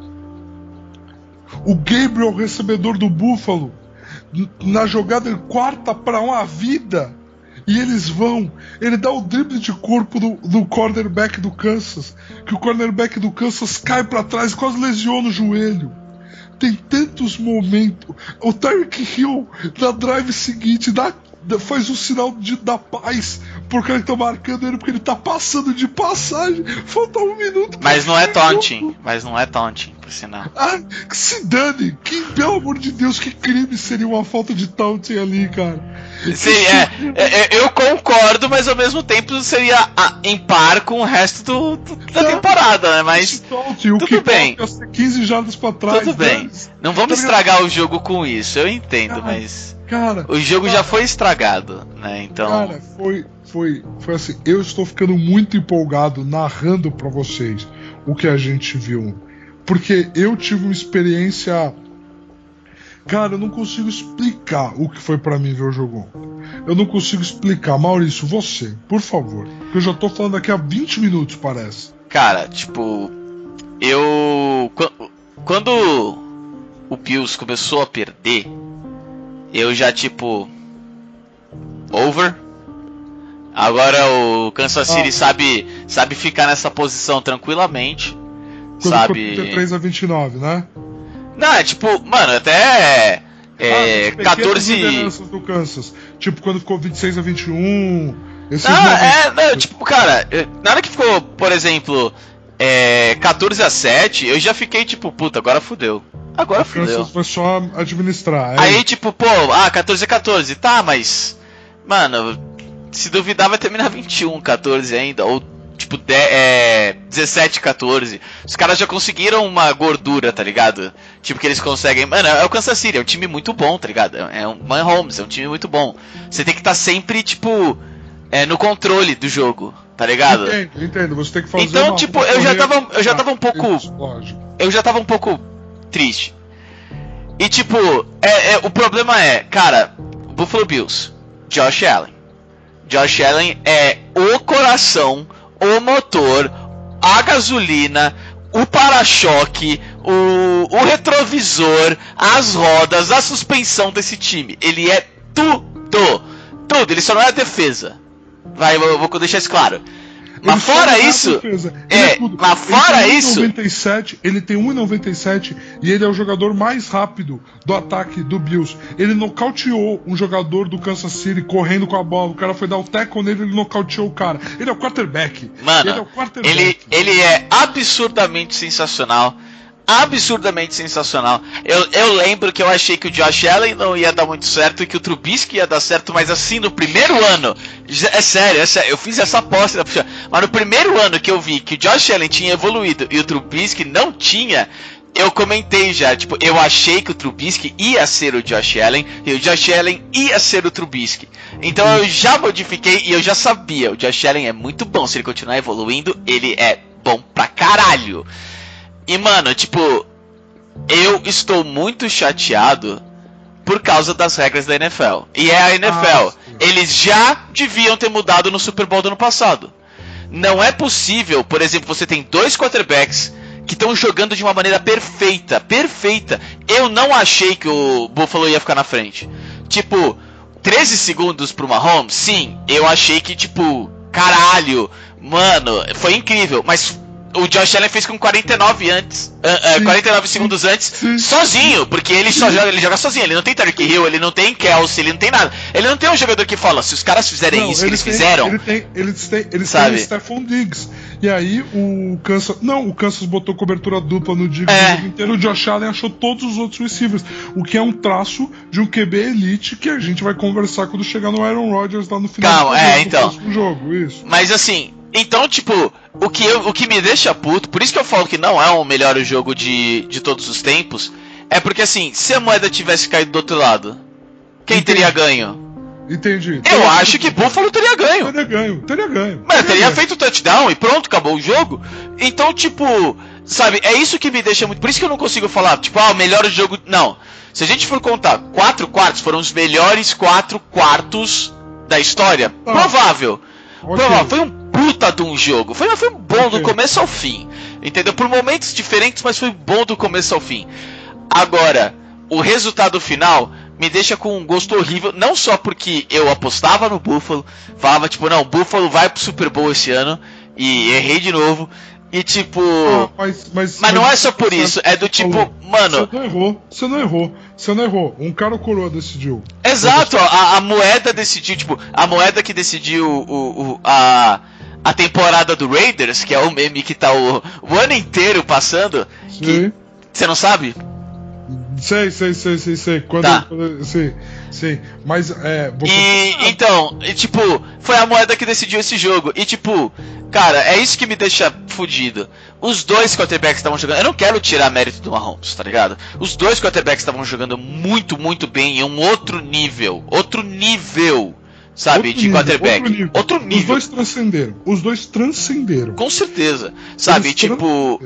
O Gabriel, recebedor do Buffalo, na jogada ele quarta pra uma vida. E eles vão, ele dá o drible de corpo do, do cornerback do Kansas, que o cornerback do Kansas cai pra trás e quase lesiona o joelho. Tem tantos momentos. O Tyreek Hill, na drive seguinte, dá, faz um sinal de, da paz pro cara que tá marcando ele, porque ele tá passando de passagem. Falta um minuto. Mas não é taunting. Mas não é taunting, por sinal. Ah, que se dane. Que, pelo amor de Deus, que crime seria uma falta de taunting ali, cara. Sim, é, é, eu concordo, mas ao mesmo tempo seria a, em par com o resto do, do, da temporada, né? Mas taunting, o tudo que bem. quinze jardas pra trás. Tudo bem. Né? Não vamos estragar o jogo com isso, eu entendo, cara, mas cara, o jogo cara, já foi estragado, né? Então. Cara, foi, foi, foi assim. Eu estou ficando muito empolgado narrando pra vocês o que a gente viu, porque eu tive uma experiência. Cara, eu não consigo explicar o que foi pra mim ver o jogo. Eu não consigo explicar. Maurício, você, por favor. Porque eu já tô falando aqui há vinte minutos, parece. Cara, tipo, eu... Quando o Bills começou a perder, eu já, tipo... Over. Agora o Kansas City ah. sabe, sabe ficar nessa posição tranquilamente. Quando sabe... ficou trinta e três a vinte e nove, né? Não, é tipo, mano, até é, ah, quatorze lideranças do Kansas. Tipo, quando ficou vinte e seis a vinte e um. Esses não, momentos... é, não, tipo, cara, na hora que ficou, por exemplo, é, quatorze a sete, eu já fiquei tipo, puta, agora fudeu. Agora o fudeu. Kansas vai só administrar. É aí, isso. tipo, pô, ah, quatorze a quatorze, tá, mas, mano, se duvidar vai terminar vinte e um a quatorze ainda, ou tipo, de, é, dezessete a quatorze. Os caras já conseguiram uma gordura, tá ligado? Tipo, que eles conseguem... Mano, é o Kansas City, é um time muito bom, tá ligado? É um Mahomes, é um time muito bom. Você tem que estar tá sempre, tipo, é, no controle do jogo, tá ligado? Entendo, entendo. Você tem que fazer Então, uma tipo, eu já tava, eu já tava um pouco... Isso, eu já tava um pouco triste. E, tipo, é, é, o problema é, cara, Buffalo Bills, Josh Allen. Josh Allen é o coração, o motor, a gasolina, o para-choque, o, o retrovisor, as rodas, a suspensão desse time. Ele é tudo. Tudo. Ele só não é a defesa. Vai, eu vou deixar isso claro. Mas fora isso, é, mas fora isso, noventa e sete, ele tem um e noventa e sete e ele é o jogador mais rápido do ataque do Bills. Ele nocauteou um jogador do Kansas City correndo com a bola. O cara foi dar o tackle nele, ele nocauteou o cara. Ele é o quarterback. Mano, ele é, o quarterback. Ele, ele é absurdamente sensacional. Absurdamente sensacional. Eu, eu lembro que eu achei que o Josh Allen não ia dar muito certo e que o Trubisky ia dar certo, mas assim, no primeiro ano, é sério, é sério, eu fiz essa aposta, mas no primeiro ano que eu vi que o Josh Allen tinha evoluído e o Trubisky não tinha, eu comentei já, tipo, eu achei que o Trubisky ia ser o Josh Allen e o Josh Allen ia ser o Trubisky. Então eu já modifiquei e eu já sabia, o Josh Allen é muito bom, se ele continuar evoluindo, ele é bom pra caralho. E, mano, tipo, eu estou muito chateado por causa das regras da N F L. E é a N F L. Ah, eles já deviam ter mudado no Super Bowl do ano passado. não é possível, por exemplo, você tem dois quarterbacks que estão jogando de uma maneira perfeita, perfeita. Eu não achei que o Buffalo ia ficar na frente. Tipo, treze segundos pro Mahomes, sim, eu achei que, tipo, caralho, mano, foi incrível, mas o Josh Allen fez com quarenta e nove antes, uh, uh, quarenta e nove segundos antes, sim, sozinho, porque ele só joga, ele joga sozinho, ele não tem Tyreek Hill, ele não tem Kelsey, ele não tem nada. Ele não tem um jogador que fala, se os caras fizerem não, isso que eles tem, fizeram... Ele tem, eles têm, eles têm o Stephon Diggs. E aí o Kansas... Não, o Kansas botou cobertura dupla no Diggs é. o jogo inteiro, o Josh Allen achou todos os outros receivers, o que é um traço de um Q B elite que a gente vai conversar quando chegar no Aaron Rodgers lá no final Calma, do, é, então. do jogo. Isso. Mas assim... Então, tipo, o que, eu, o que me deixa puto, por isso que eu falo que não é o melhor jogo de, de todos os tempos, é porque, assim, se a moeda tivesse caído do outro lado, quem Entendi. teria ganho? Entendi. Eu teria acho que Buffalo teria ganho. Teria ganho, teria ganho. Mas teria teria ganho. feito o touchdown e pronto, acabou o jogo. Então, tipo, sabe, é isso que me deixa muito... Por isso que eu não consigo falar, tipo, ah, o melhor jogo... Não. Se a gente for contar, quatro quartos foram os melhores quatro quartos da história. Ah. Provável. Okay. Provável. Foi um puta de um jogo. Foi, foi bom okay. do começo ao fim. Entendeu? Por momentos diferentes, mas foi bom do começo ao fim. Agora, o resultado final me deixa com um gosto horrível. Não só porque eu apostava no Buffalo, falava tipo, não, o Buffalo vai pro Super Bowl esse ano, e errei de novo. E tipo. Ah, mas, mas, mas não mas, é só por isso, é do tipo, falou, mano. Você não errou, você não errou, você não errou. Um cara ou coroa decidiu. Exato, a, a moeda decidiu, tipo, a moeda que decidiu o, o, a, a temporada do Raiders, que é o meme que tá o, o ano inteiro passando. Que, você não sabe? Sei, sei, sei, sei, sei. Quando, tá. quando, sei, sei. Mas é. Você... E então, e, tipo, foi a moeda que decidiu esse jogo. E tipo, cara, é isso que me deixa fudido. Os dois quarterbacks estavam jogando. Eu não quero tirar mérito do Mahomes, tá ligado? Os dois quarterbacks estavam jogando muito, muito bem em um outro nível. Outro nível. Sabe, outro de nível, quarterback. Outro nível. outro nível. Os dois transcenderam. Os dois transcenderam. Com certeza. Sabe, Eles tipo.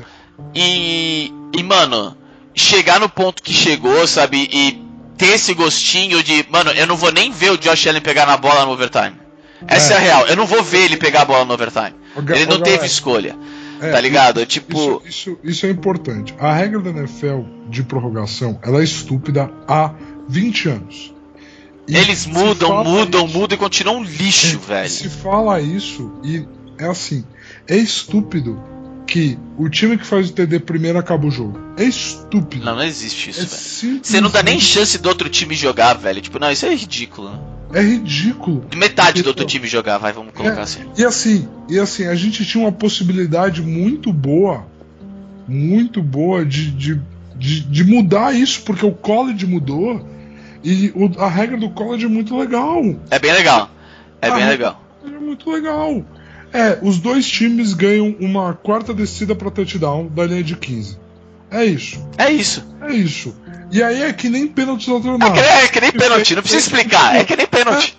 E. E, mano. Chegar no ponto que chegou, sabe, e ter esse gostinho de, mano, eu não vou nem ver o Josh Allen pegar na bola no overtime. Essa é, é a real, eu não vou ver ele pegar a bola no overtime. Ele não teve escolha, é, tá ligado? Isso, tipo... Isso, isso, isso é importante. A regra da N F L de prorrogação, ela é estúpida há vinte anos. E eles mudam, mudam, isso, mudam e continuam um lixo, é, velho. Se fala isso, e é assim, é estúpido que o time que faz o T D primeiro acaba o jogo. É estúpido. Não, não existe isso, é velho. Você não dá nem chance do outro time jogar, velho. Tipo, não, isso é ridículo. Né? É ridículo. Metade do outro time jogar, vai, vamos colocar é, assim. E assim, e assim, a gente tinha uma possibilidade muito boa, muito boa de, de, de, de mudar isso, porque o college mudou e o, a regra do college é muito legal. É bem legal. É a bem legal. É muito legal. É, os dois times ganham uma quarta descida para touchdown da linha de quinze. É isso. É isso. É isso. E aí é que nem pênalti alternados. É que, é que nem pênalti, não precisa explicar. É que nem pênalti.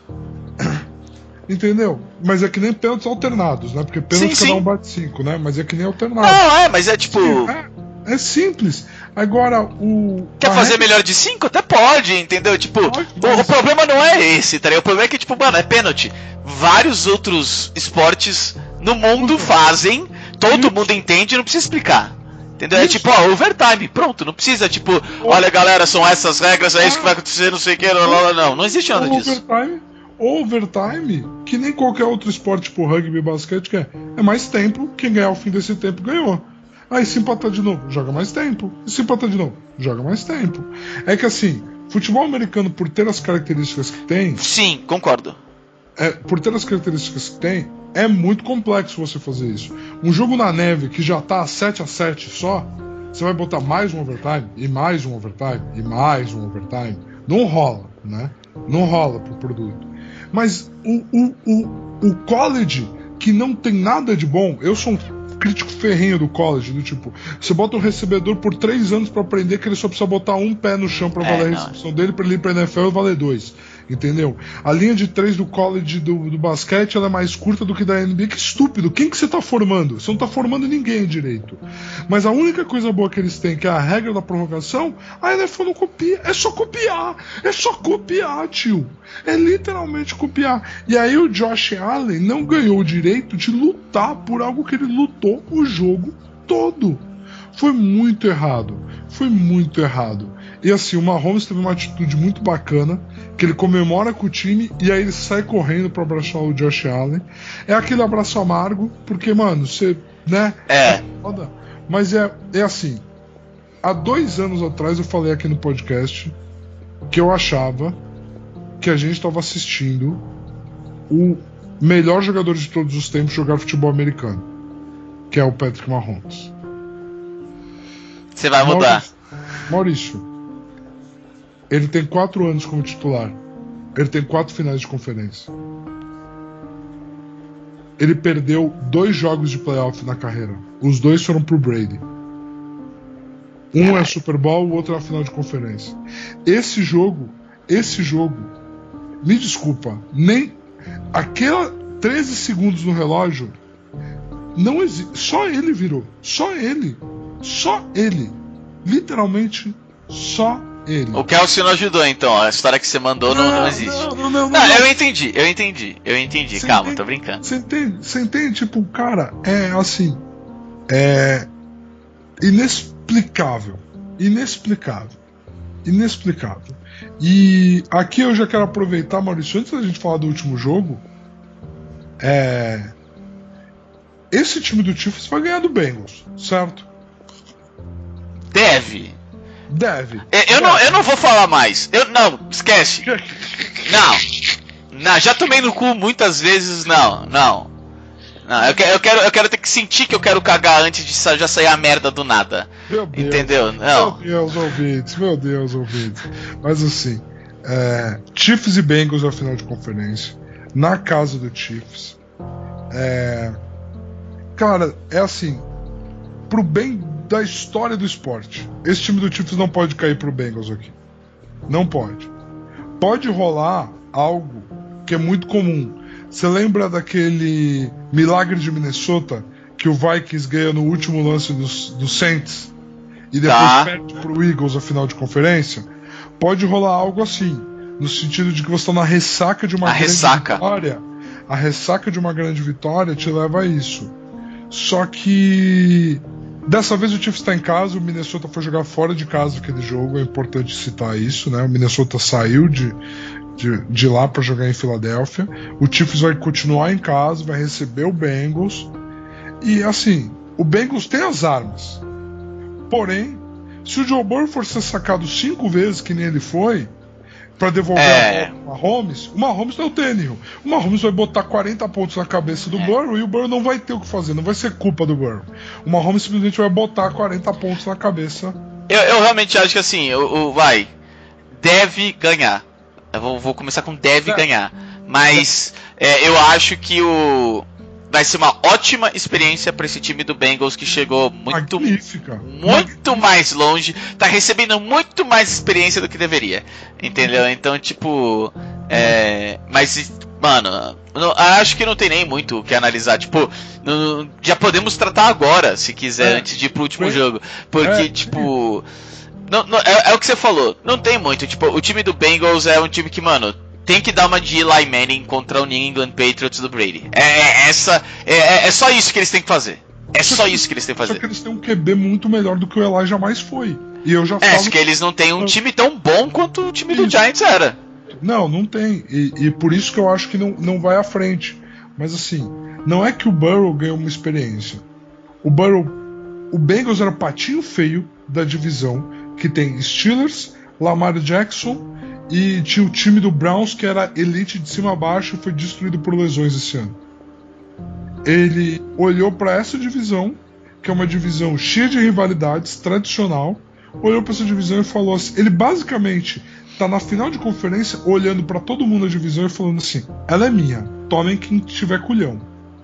É. Entendeu? Mas é que nem pênaltis alternados, né? Porque pênalti cada um bate cinco, né? Mas é que nem alternado. Não, é, mas é tipo... É, é simples. Agora, o... Quer fazer regra... melhor de cinco? Até pode, entendeu? Tipo, pode, o, o problema não é esse, tá ligado? O problema é que, tipo, mano, é pênalti. Vários outros esportes no mundo fazem, todo mundo entende e não precisa explicar. Entendeu? Isso. É tipo, ó, overtime, pronto, não precisa, tipo, olha galera, são essas regras, é isso que vai acontecer, não sei o que, não, não, não existe nada disso. Overtime, overtime, que nem qualquer outro esporte, tipo rugby e basquete, que é, é mais tempo, quem ganhar ao fim desse tempo ganhou. Aí se empatar de novo, joga mais tempo. E se empatar de novo, joga mais tempo. É que assim, futebol americano, por ter as características que tem... Sim, concordo. É, por ter as características que tem, é muito complexo você fazer isso. Um jogo na neve que já tá sete a sete só, você vai botar mais um overtime, e mais um overtime, e mais um overtime. Não rola, né? Não rola pro produto. Mas o, o, o, o college, que não tem nada de bom, eu sou um crítico ferrenho do college, do tipo, você bota um recebedor por três anos pra aprender que ele só precisa botar um pé no chão pra valer é, a recepção dele, pra ele ir pra N F L e valer dois. Entendeu? A linha de três do college do, do basquete ela é mais curta do que da N B A. Que estúpido! Quem que você tá formando? Você não tá formando ninguém direito. Mas a única coisa boa que eles têm, que é a regra da prorrogação, a N F L não copia. É só copiar. É só copiar, tio. É literalmente copiar. E aí o Josh Allen não ganhou o direito de lutar por algo que ele lutou o jogo todo. Foi muito errado. Foi muito errado. E assim, o Mahomes teve uma atitude muito bacana, que ele comemora com o time e aí ele sai correndo pra abraçar o Josh Allen. É aquele abraço amargo, porque, mano, você, né? É. Foda. Mas é, é assim, há dois anos atrás eu falei aqui no podcast que eu achava que a gente estava assistindo o melhor jogador de todos os tempos jogar futebol americano, que é o Patrick Mahomes. Você vai mudar. Maurício, Maurício, ele tem quatro anos como titular. Ele tem quatro finais de conferência. Ele perdeu dois jogos de playoff na carreira. Os dois foram pro Brady. Um é Super Bowl, o outro é a final de conferência. Esse jogo, esse jogo, me desculpa, nem aquela treze segundos no relógio não existe. Só ele virou. Só ele. Só ele. Literalmente, só ele. O Kelsey não ajudou, então. A história que você mandou não, não, não existe. Não, não, não, não, não, não. eu entendi, eu entendi, eu entendi. Cê Calma, entende, tô brincando. Você entende? Você entende? Tipo, cara, é assim. É. Inexplicável. Inexplicável. Inexplicável. E aqui eu já quero aproveitar, Maurício, antes da gente falar do último jogo. É. Esse time do Chiefs vai ganhar do Bengals, certo? Deve. Deve. Eu, eu, Deve. Não, eu não vou falar mais. Eu, não, esquece. Não. Não, já tomei no cu muitas vezes. Não, não. Não, eu, quero, eu, quero, eu quero ter que sentir que eu quero cagar antes de já sair a merda do nada. Meu Deus. Entendeu? Não. Meu Deus, ouvintes. Meu Deus, ouvintes. Mas assim, é, Chiefs e Bengals na final de conferência. Na casa do Chiefs. É, cara, é assim. Pro bem da história do esporte, esse time do Chiefs não pode cair pro Bengals aqui. Não pode. Pode rolar algo que é muito comum. Você lembra daquele milagre de Minnesota que o Vikings ganha no último lance dos, dos Saints e depois tá. perde pro Eagles a final de conferência? Pode rolar algo assim, no sentido de que você está na ressaca de uma a grande ressaca. vitória. A ressaca de uma grande vitória te leva a isso. Só que dessa vez o Chiefs está em casa, o Minnesota foi jogar fora de casa aquele jogo, é importante citar isso, né? O Minnesota saiu de, de, de lá para jogar em Filadélfia. O Chiefs vai continuar em casa, vai receber o Bengals. E assim, o Bengals tem as armas. Porém, se o Joe Burrow for ser sacado cinco vezes, que nem ele foi, para devolver é. a bola pro Mahomes, o Mahomes não é o Tannehill. O Mahomes vai botar quarenta pontos na cabeça do é. Burrow e o Burrow não vai ter o que fazer, não vai ser culpa do Burrow. O Mahomes simplesmente vai botar quarenta pontos na cabeça. Eu, eu realmente acho que assim, o, o vai, deve ganhar. Eu vou, vou começar com deve é. ganhar. Mas é, eu acho que o vai ser uma ótima experiência para esse time do Bengals que chegou muito, Magnífica. muito Magnífica. mais longe, tá recebendo muito mais experiência do que deveria, entendeu? Então, tipo, é, mas, mano, não, acho que não tem nem muito o que analisar, tipo, não, já podemos tratar agora, se quiser, é. antes de ir pro último é. jogo, porque, é. tipo, não, não, é, é o que você falou, não tem muito, tipo, o time do Bengals é um time que, mano, tem que dar uma de Eli Manning contra o New England Patriots do Brady. É, é essa, é, é só isso que eles têm que fazer. É só isso que eles têm que fazer. Só que eles têm um Q B muito melhor do que o Eli jamais foi. E eu já é, falo... que eles não têm um time tão bom quanto o time do Giants era. Não, não tem. E, e por isso que eu acho que não, não vai à frente. Mas assim, não é que o Burrow ganhou uma experiência. O Burrow... O Bengals era patinho feio da divisão, que tem Steelers, Lamar Jackson... E tinha o time do Browns que era elite de cima a baixo e foi destruído por lesões esse ano. Ele olhou para essa divisão, que é uma divisão cheia de rivalidades, tradicional, olhou para essa divisão e falou assim, ele basicamente tá na final de conferência olhando para todo mundo da divisão e falando assim, ela é minha, tomem quem tiver culhão.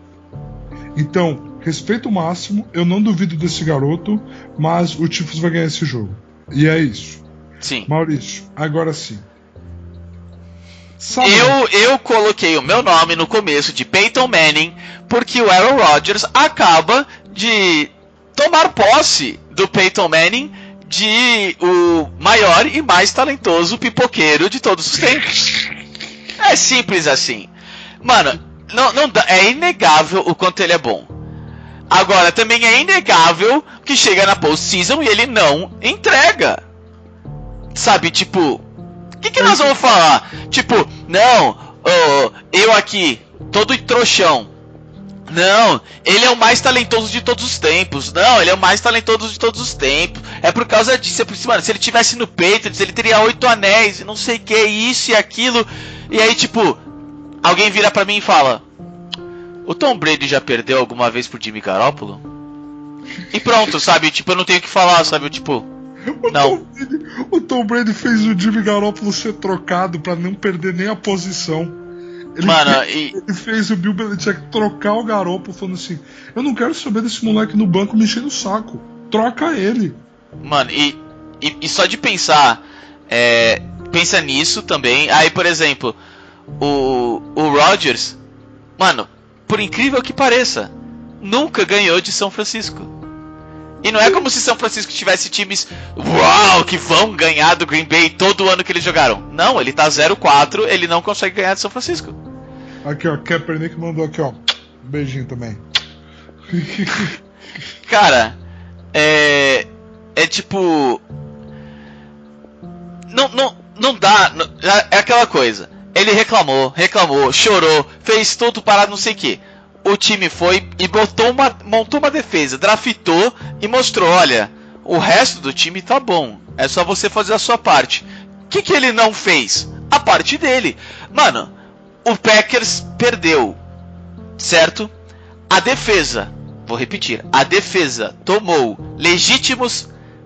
Então, respeito máximo, eu não duvido desse garoto, mas o Chiefs vai ganhar esse jogo. E é isso. Sim. Maurício, agora sim. Sabe? Eu, eu coloquei o meu nome no começo de Peyton Manning porque o Aaron Rodgers acaba de tomar posse do Peyton Manning de o maior e mais talentoso pipoqueiro de todos os tempos. É simples assim. Mano, não, não dá, é inegável o quanto ele é bom. Agora, também é inegável que chega na postseason e ele não entrega. Sabe, tipo... O que, que nós vamos falar? Tipo, não, oh, eu aqui, todo trouxão. Não, ele é o mais talentoso de todos os tempos. Não, ele é o mais talentoso de todos os tempos. É por causa disso. É por, mano, se ele tivesse no Patriots, ele teria oito anéis e não sei o que, isso e aquilo. E aí, tipo, alguém vira pra mim e fala: o Tom Brady já perdeu alguma vez pro Jimmy Garoppolo? E pronto, sabe? Tipo, eu não tenho o que falar, sabe? Tipo... O não. Tom, Brady, o Tom Brady fez o Jimmy Garoppolo ser trocado pra não perder nem a posição. Ele Mano, fez, e... ele fez o Bill Belichick trocar o Garoppolo, falando assim: eu não quero saber desse moleque no banco me enchendo o saco. Troca ele. Mano, e, e, e só de pensar, é, pensa nisso também. Aí, por exemplo, o, o Rodgers, mano, por incrível que pareça, nunca ganhou de São Francisco. E não é como se São Francisco tivesse times, uau, que vão ganhar do Green Bay todo ano que eles jogaram. Não, ele tá zero quatro, ele não consegue ganhar de São Francisco. Aqui, ó, Kaepernick mandou aqui, ó, um beijinho também. Cara, é... É tipo... Não, não, não dá, não, é aquela coisa. Ele reclamou, reclamou, chorou, fez tudo para não sei o que. O time foi e botou uma, montou uma defesa, draftou e mostrou: olha, o resto do time tá bom, é só você fazer a sua parte. O que, que ele não fez? A parte dele. Mano, o Packers perdeu, certo? A defesa, vou repetir, a defesa tomou legítimos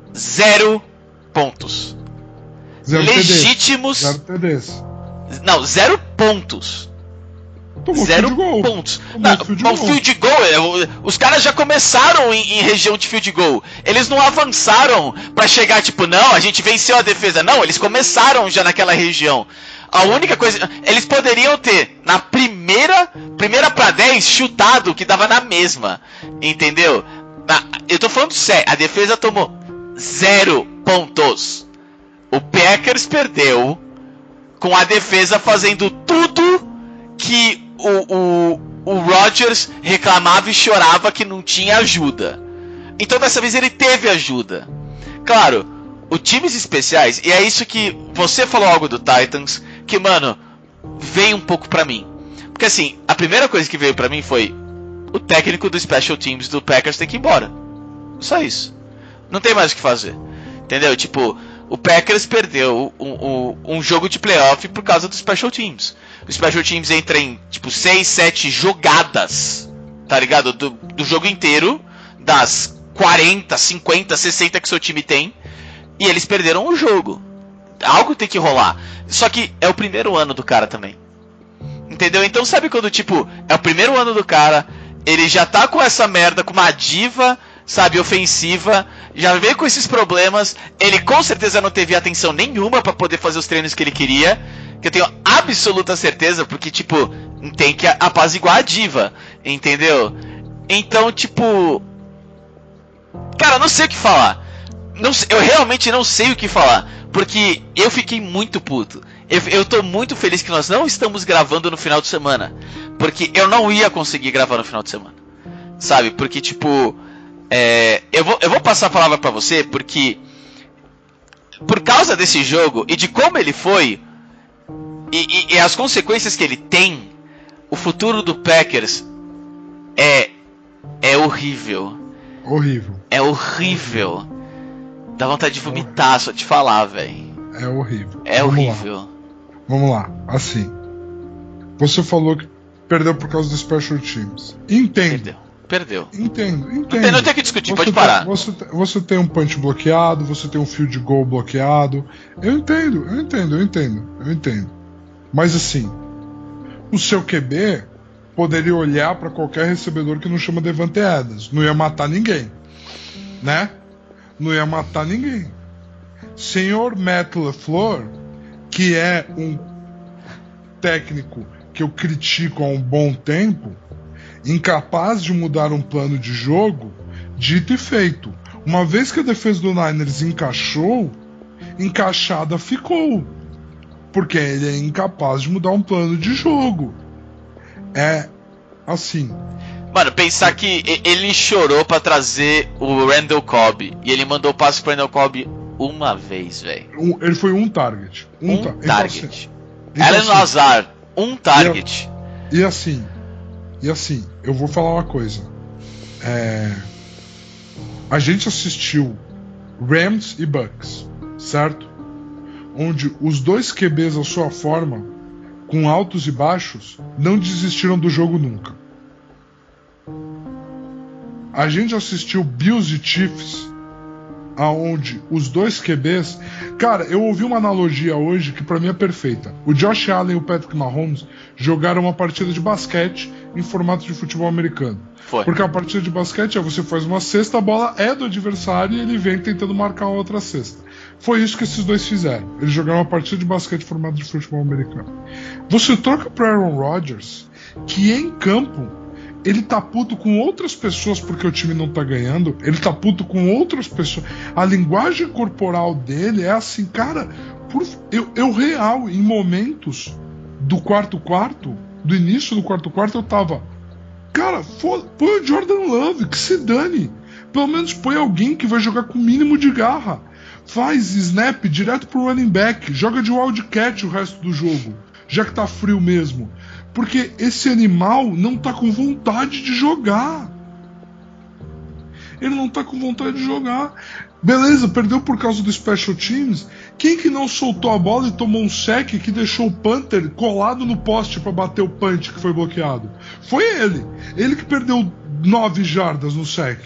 zero pontos. Zero legítimos... Zero T Ds. Não, zero pontos. Tomou Zero field goal. pontos. Tomou Não, field o goal. field goal, é, os caras já começaram em, em região de field goal. Eles não avançaram pra chegar tipo, não, a gente venceu a defesa. Não, eles começaram já naquela região. A única coisa, eles poderiam ter na primeira, primeira pra dez chutado que dava na mesma, entendeu? Na, eu tô falando sério, a defesa tomou zero pontos. O Packers perdeu com a defesa fazendo tudo que o, o, o Rodgers reclamava e chorava que não tinha ajuda. Então dessa vez ele teve ajuda. Claro, os times especiais, e é isso que você falou algo do Titans, que, mano, veio um pouco pra mim. Porque assim, a primeira coisa que veio pra mim foi: o técnico do Special Teams do Packers tem que ir embora. Só isso. Não tem mais o que fazer. Entendeu? Tipo, o Packers perdeu um, um, um jogo de playoff por causa do Special Teams. O Special Teams entra em, tipo, seis, sete jogadas, tá ligado? Do, do jogo inteiro, das quarenta, cinquenta, sessenta que seu time tem, e eles perderam o jogo. Algo tem que rolar. Só que é o primeiro ano do cara também. Entendeu? Então sabe quando, tipo, é o primeiro ano do cara, ele já tá com essa merda, com uma diva, sabe, ofensiva, já veio com esses problemas, ele com certeza não teve atenção nenhuma pra poder fazer os treinos que ele queria, que eu tenho absoluta certeza, porque, tipo, tem que apaziguar a diva, entendeu? Então, tipo... Cara, não sei o que falar. Não sei, eu realmente não sei o que falar, porque eu fiquei muito puto. Eu, eu tô muito feliz que nós não estamos gravando no final de semana, porque eu não ia conseguir gravar no final de semana, sabe? Porque, tipo... É, eu, vou, eu vou passar a palavra pra você, porque por causa desse jogo e de como ele foi e, e, e as consequências que ele tem, o futuro do Packers é é horrível. Horrível. É horrível. Dá vontade de vomitar só te falar, velho. É horrível. É Vamos horrível. Lá. Vamos lá, assim. Você falou que perdeu por causa dos Special Teams. Entendo. Perdeu. Perdeu. Entendo, entendo. Não tem, não tem que discutir, você pode tem, parar. Você, você tem um punch bloqueado, você tem um field goal bloqueado. Eu entendo, eu entendo, eu entendo, eu entendo. Mas assim, o seu Q B poderia olhar para qualquer recebedor que não chama Devante Adams. Não ia matar ninguém. Né? Não ia matar ninguém. Senhor Matt LaFleur, que é um técnico que eu critico há um bom tempo, incapaz de mudar um plano de jogo, dito e feito. Uma vez que a defesa do Niners encaixou, encaixada ficou. Porque ele é incapaz de mudar um plano de jogo. É assim. Mano, pensar que ele chorou pra trazer o Randall Cobb e ele mandou o passe pro Randall Cobb uma vez, velho. Um, ele foi um target. Um, um ta target. Então, assim, então, Allen assim, Lazard, um target. E, e assim, e assim, eu vou falar uma coisa. É, a gente assistiu Rams e Bucks, certo? Onde os dois Q Bs à sua forma, com altos e baixos, não desistiram do jogo nunca. A gente assistiu Bills e Chiefs, aonde os dois Q Bs... Cara, eu ouvi uma analogia hoje que pra mim é perfeita. O Josh Allen e o Patrick Mahomes jogaram uma partida de basquete em formato de futebol americano. Foi. Porque a partida de basquete é você faz uma cesta, a bola é do adversário e ele vem tentando marcar uma outra cesta. Foi isso que esses dois fizeram. Eles jogaram uma partida de basquete em formato de futebol americano. Você troca para Aaron Rodgers, que em campo ele tá puto com outras pessoas porque o time não tá ganhando, ele tá puto com outras pessoas. A linguagem corporal dele é assim, cara, por, eu, eu real, em momentos do quarto quarto, do início do quarto quarto, eu tava, cara, foda, põe o Jordan Love, que se dane. Pelo menos põe alguém que vai jogar com o mínimo de garra. Faz snap direto pro running back, joga de wildcat o resto do jogo, já que tá frio mesmo. Porque esse animal não tá com vontade de jogar. Ele não tá com vontade de jogar. Beleza, perdeu por causa do Special Teams. Quem que não soltou a bola e tomou um sec que deixou o punter colado no poste para bater o punch que foi bloqueado? Foi ele. Ele que perdeu nove jardas no sec.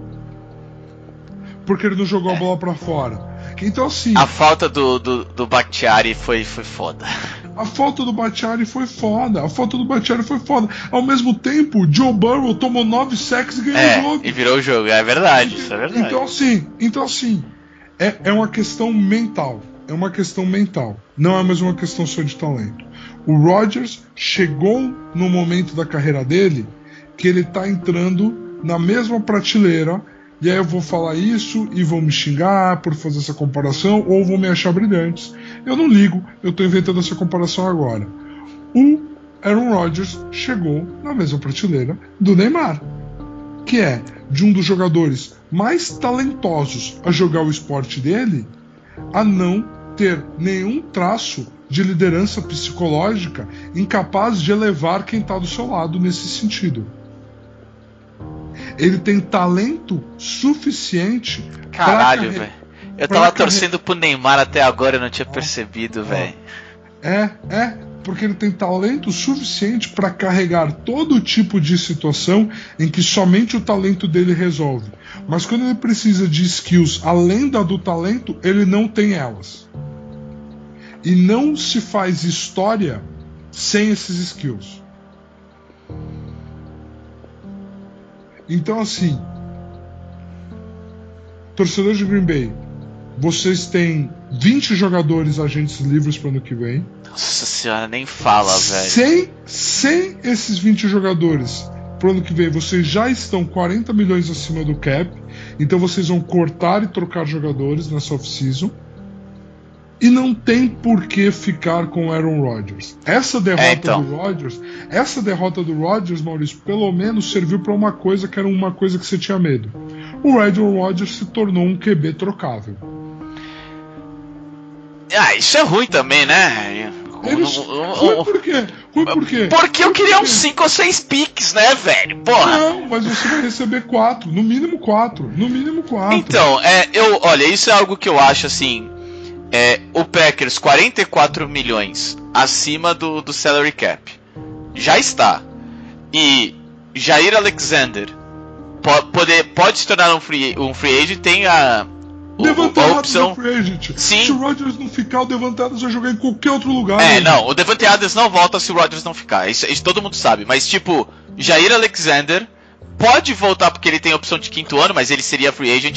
Porque ele não jogou a bola para fora. Então assim... A falta do, do, do Bakhtiari foi, foi foda. A falta do Bakhtiari foi foda. A falta do Bakhtiari foi foda. Ao mesmo tempo, Joe Burrow tomou nove sacks e ganhou é, o jogo. E virou o jogo, é verdade, então, isso é verdade. Então assim, então, assim é, é uma questão mental. É uma questão mental. Não é mais uma questão só de talento. O Rodgers chegou no momento da carreira dele que ele tá entrando na mesma prateleira. E aí eu vou falar isso e vão me xingar por fazer essa comparação ou vão me achar brilhantes. Eu não ligo, eu tô inventando essa comparação agora. O Aaron Rodgers chegou na mesma prateleira do Neymar, que é de um dos jogadores mais talentosos a jogar o esporte dele, a não ter nenhum traço de liderança psicológica incapaz de elevar quem está do seu lado nesse sentido. Ele tem talento suficiente. Caralho, velho. Eu tava carre... torcendo pro Neymar até agora, eu não tinha percebido, velho. É, é, porque ele tem talento suficiente para carregar todo tipo de situação em que somente o talento dele resolve. Mas quando ele precisa de skills além da do talento, ele não tem elas. E não se faz história sem esses skills. Então assim, torcedor de Green Bay, vocês têm vinte jogadores agentes livres para o ano que vem. Nossa senhora, nem fala, velho. Sem, sem esses vinte jogadores para o ano que vem, vocês já estão quarenta milhões acima do cap. Então vocês vão cortar e trocar jogadores nessa off-season. E não tem por que ficar com o Aaron Rodgers. Essa derrota é, então. do Rodgers, essa derrota do Rodgers, Maurício, pelo menos serviu para uma coisa que era uma coisa que você tinha medo. O Aaron Rodgers se tornou um Q B trocável. Ah, isso é ruim também, né? Eles... Ruim por quê? Ruim por quê? Porque eu queria uns cinco ou seis piques, né, velho? Porra. Não, mas você vai receber quatro, no mínimo quatro, no mínimo quatro. Então, é, eu, olha, isso é algo que eu acho assim. É, o Packers quarenta e quatro milhões acima do, do salary cap. Já está. E Jair Alexander po, pode, pode se tornar um free, um free agent, tem a, o, Devante a Adams opção. é free agent. Sim. Se o Rodgers não ficar, o Devante Adams vai jogar em qualquer outro lugar. É, né? não, o Devante Adams não volta se o Rodgers não ficar. Isso, isso todo mundo sabe. Mas tipo, Jair Alexander pode voltar porque ele tem a opção de quinto ano, mas ele seria free agent.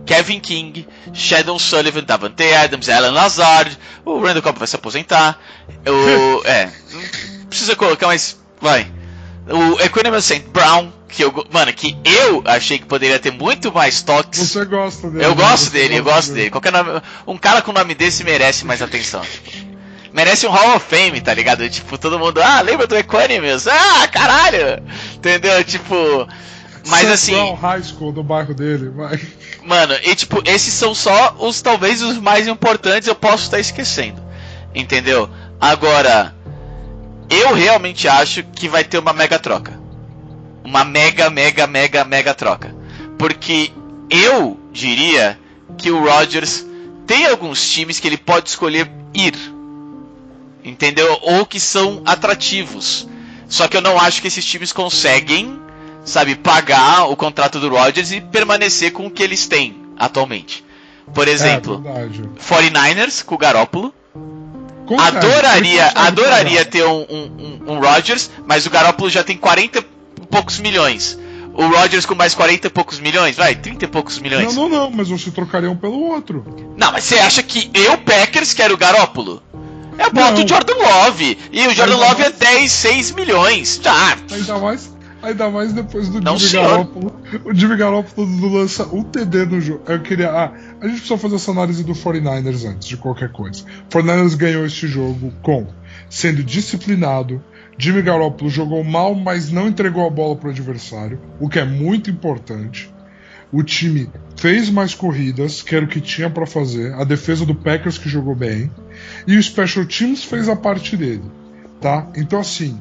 Kevin King, Sheldon Sullivan, Davante Adams, Alan Lazard, o Randall Cobb vai se aposentar, o, é, não precisa colocar, mas vai, o Equanimous Saint Brown, que eu, mano, que eu achei que poderia ter muito mais toques. Você gosta dele? Eu gosto dele, gosta eu gosto dele. dele. Qualquer nome, um cara com nome desse merece mais atenção. Merece um Hall of Fame, tá ligado? Tipo, todo mundo, ah, lembra do Equanimous? Ah, caralho! Entendeu? Tipo, mas Saint assim, Brown High School do bairro dele, vai. mano, e tipo, esses são só os, talvez, os mais importantes, eu posso estar esquecendo. Entendeu? Agora, eu realmente acho que vai ter uma mega troca. Uma mega, mega, mega, mega troca. Porque eu diria que o Rodgers tem alguns times que ele pode escolher ir. Entendeu? Ou que são atrativos. Só que eu não acho que esses times conseguem, sabe, pagar o contrato do Rodgers e permanecer com o que eles têm atualmente. Por exemplo, É, forty-niners com o Garoppolo. Consegue, Adoraria, ele consegue adoraria pagar. ter um, um, um, um Rodgers, mas o Garoppolo já tem quarenta e poucos milhões. O Rodgers com mais quarenta e poucos milhões, vai, trinta e poucos milhões. Não, não, não, mas você trocaria um pelo outro. Não, mas você acha que eu, Packers, quero o Garoppolo? Eu boto Não. o Jordan Love. E o Jordan Ainda Love é mais- dez, seis milhões. Já. Ainda mais, ainda mais depois do Não, Jimmy senhor. Garoppolo. O Jimmy Garoppolo lança um T D no jogo. Eu queria. Ah, a gente precisa fazer essa análise do forty-niners antes de qualquer coisa. O forty-niners ganhou este jogo com sendo disciplinado. Jimmy Garoppolo jogou mal, mas não entregou a bola para o adversário, o que é muito importante. O time fez mais corridas, que era o que tinha para fazer. A defesa do Packers que jogou bem. E o Special Teams fez a parte dele, tá? Então assim,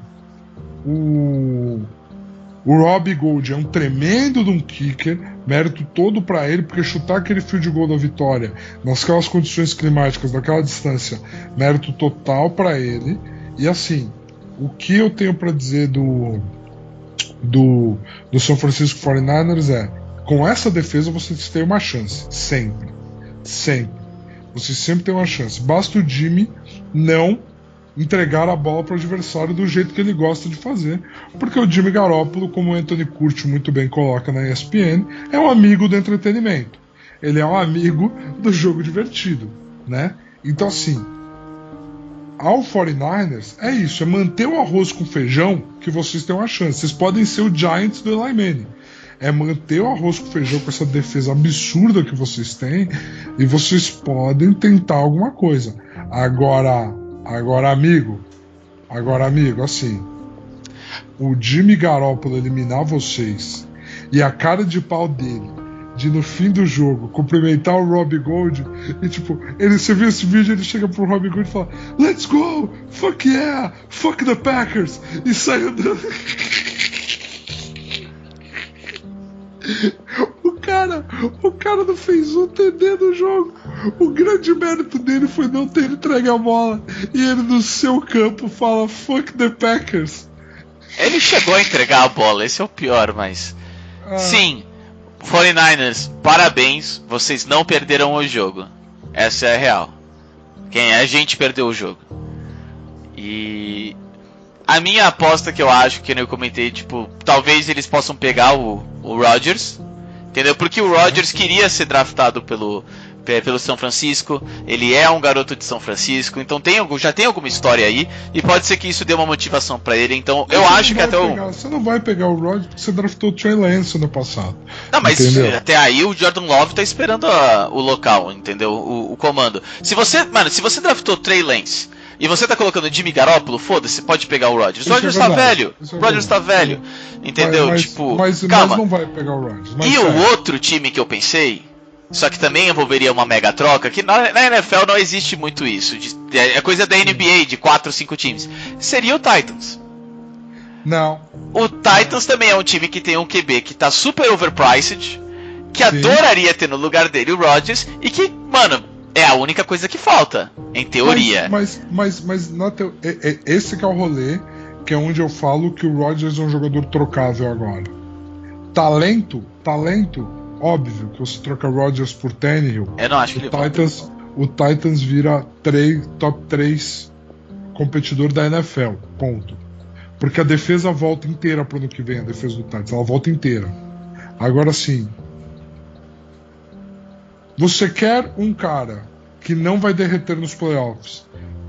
o, o Robbie Gould é um tremendo de um kicker, mérito todo para ele, porque chutar aquele field goal da vitória nasquelas condições climáticas, daquela distância, mérito total para ele. E assim, o que eu tenho para dizer do, do, do San Francisco forty-niners é: com essa defesa vocês têm uma chance, sempre, sempre. Você sempre tem uma chance. Basta o Jimmy não entregar a bola para o adversário do jeito que ele gosta de fazer. Porque o Jimmy Garoppolo, como o Anthony Curti muito bem coloca na E S P N, é um amigo do entretenimento. Ele é um amigo do jogo divertido, né? Então assim, ao forty-niners é isso, é manter o arroz com feijão que vocês têm uma chance. Vocês podem ser o Giants do Eli Manning. É manter o arroz com feijão com essa defesa absurda que vocês têm e vocês podem tentar alguma coisa. Agora, agora amigo, agora amigo, assim, o Jimmy Garoppolo eliminar vocês e a cara de pau dele de no fim do jogo cumprimentar o Robbie Gould e tipo, ele, você viu esse vídeo, ele chega pro Robbie Gould e fala: "Let's go, fuck yeah, fuck the Packers", e sai andando. O cara, o cara não fez um T D no jogo. O grande mérito dele foi não ter entregue a bola. E ele no seu campo fala fuck the Packers. Ele chegou a entregar a bola, esse é o pior, mas... Ah, Sim, forty-niners, parabéns, vocês não perderam o jogo. Essa é a real. Quem é a gente perdeu o jogo. E... a minha aposta, que eu acho, que eu comentei, tipo, talvez eles possam pegar o, o Rodgers, entendeu? Porque o Rodgers queria ser draftado pelo, pelo São Francisco, ele é um garoto de São Francisco, então tem, já tem alguma história aí, e pode ser que isso dê uma motivação pra ele, então eu você acho não que até vai o... pegar- Você não vai pegar o Rodgers porque você draftou o Trey Lance no passado. Não, mas Entendeu? até aí o Jordan Love tá esperando a- o local, entendeu? O, o comando. Se você, mano, se você draftou Trey Lance e você tá colocando Jimmy Garoppolo, foda-se, pode pegar o Rodgers. O Isso é Rodgers tá verdade, velho. isso é O Rodgers tá verdade. velho. Entendeu? Mas, tipo, mas, calma. mas não vai pegar o Rodgers. Mas E sério. o outro time que eu pensei, só que também envolveria uma mega troca, que na, na N F L não existe muito isso. de- é coisa da N B A, de quatro ou cinco times. Seria o Titans. Não. O Titans também é um time que tem um Q B que tá super overpriced, que Sim. adoraria ter no lugar dele o Rodgers, e que, mano, é a única coisa que falta, em teoria. Mas, mas, mas, mas na teo... é- é- esse que é o rolê, que é onde eu falo que o Rodgers é um jogador trocável agora. Talento, talento, óbvio que você troca Rodgers por Tannehill. Eu não acho O que ele volta. Titans, o Titans vira três, top três competidor da N F L, ponto. Porque a defesa volta inteira pro ano que vem, a defesa do Titans, ela volta inteira. Agora sim, Você quer um cara que não vai derreter nos playoffs,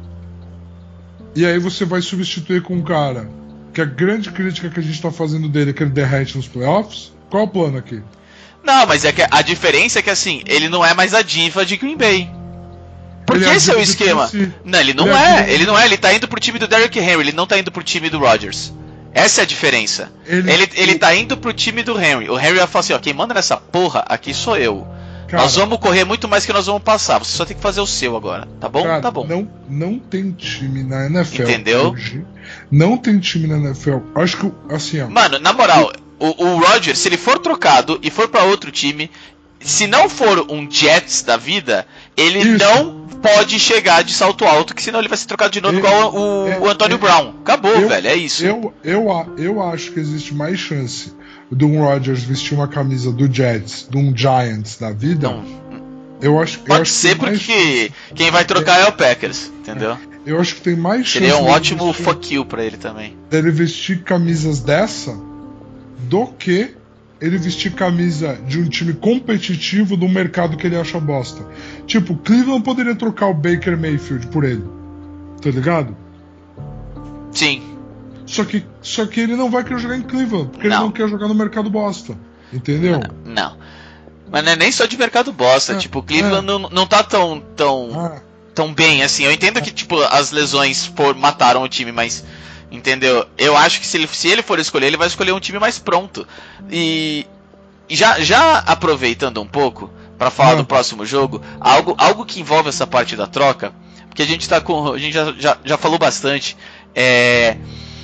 e aí você vai substituir com um cara que a grande crítica que a gente tá fazendo dele é que ele derrete nos playoffs? Qual é o plano aqui? Não, mas é que a diferença é que assim, ele não é mais a diva de Green Bay. Porque Ele é esse é o diva de esquema. Tennessee. Não, ele não Ele é é, diva de- ele não é, ele tá indo pro time do Derrick Henry, ele não tá indo pro time do Rodgers. Essa é a diferença. Ele- Ele, ele tá indo pro time do Henry. O Henry vai falar assim, ó, quem manda nessa porra aqui sou eu. Cara, Nós vamos correr muito mais que nós vamos passar. Você só tem que fazer o seu agora, tá bom? cara, Tá bom. Não, não tem time na N F L Entendeu? hoje. Não tem time na N F L. Acho que, assim, ó. Mano, na moral, o, o Rodgers, se ele for trocado e for pra outro time, se não for um Jets da vida, ele Isso. não pode chegar de salto alto, que senão ele vai ser trocado de novo Eu- igual o, é- o Antônio é- Brown. Acabou, eu- velho, é isso. Eu, eu, a- eu acho que existe mais chance de um Rodgers vestir uma camisa do Jets, de um Giants da vida. Não, eu acho, eu pode acho que ser tem mais porque quem vai trocar é o Packers, entendeu? chance- Eu acho que tem mais chance Seria um dele ótimo vestir- fuck you pra ele também. dele vestir camisas dessa do que ele vestir camisa de um time competitivo do mercado que ele acha bosta. Tipo, Cleveland poderia trocar o Baker Mayfield por ele. Tá ligado? Sim. Só que, só que ele não vai querer jogar em Cleveland, porque Não. ele não quer jogar no mercado bosta. Entendeu? Não. Mas não é nem só de mercado bosta. É, tipo, o Cleveland não, não tá tão, tão, Ah, tão bem assim. Eu entendo que, tipo, as lesões for, mataram o time, mas. Entendeu? Eu acho que se ele, se ele for escolher, ele vai escolher um time mais pronto. E. e já, já aproveitando um pouco, pra falar Ah. do próximo jogo, algo, algo que envolve essa parte da troca, porque a gente tá com. A gente já, já, já falou bastante. É.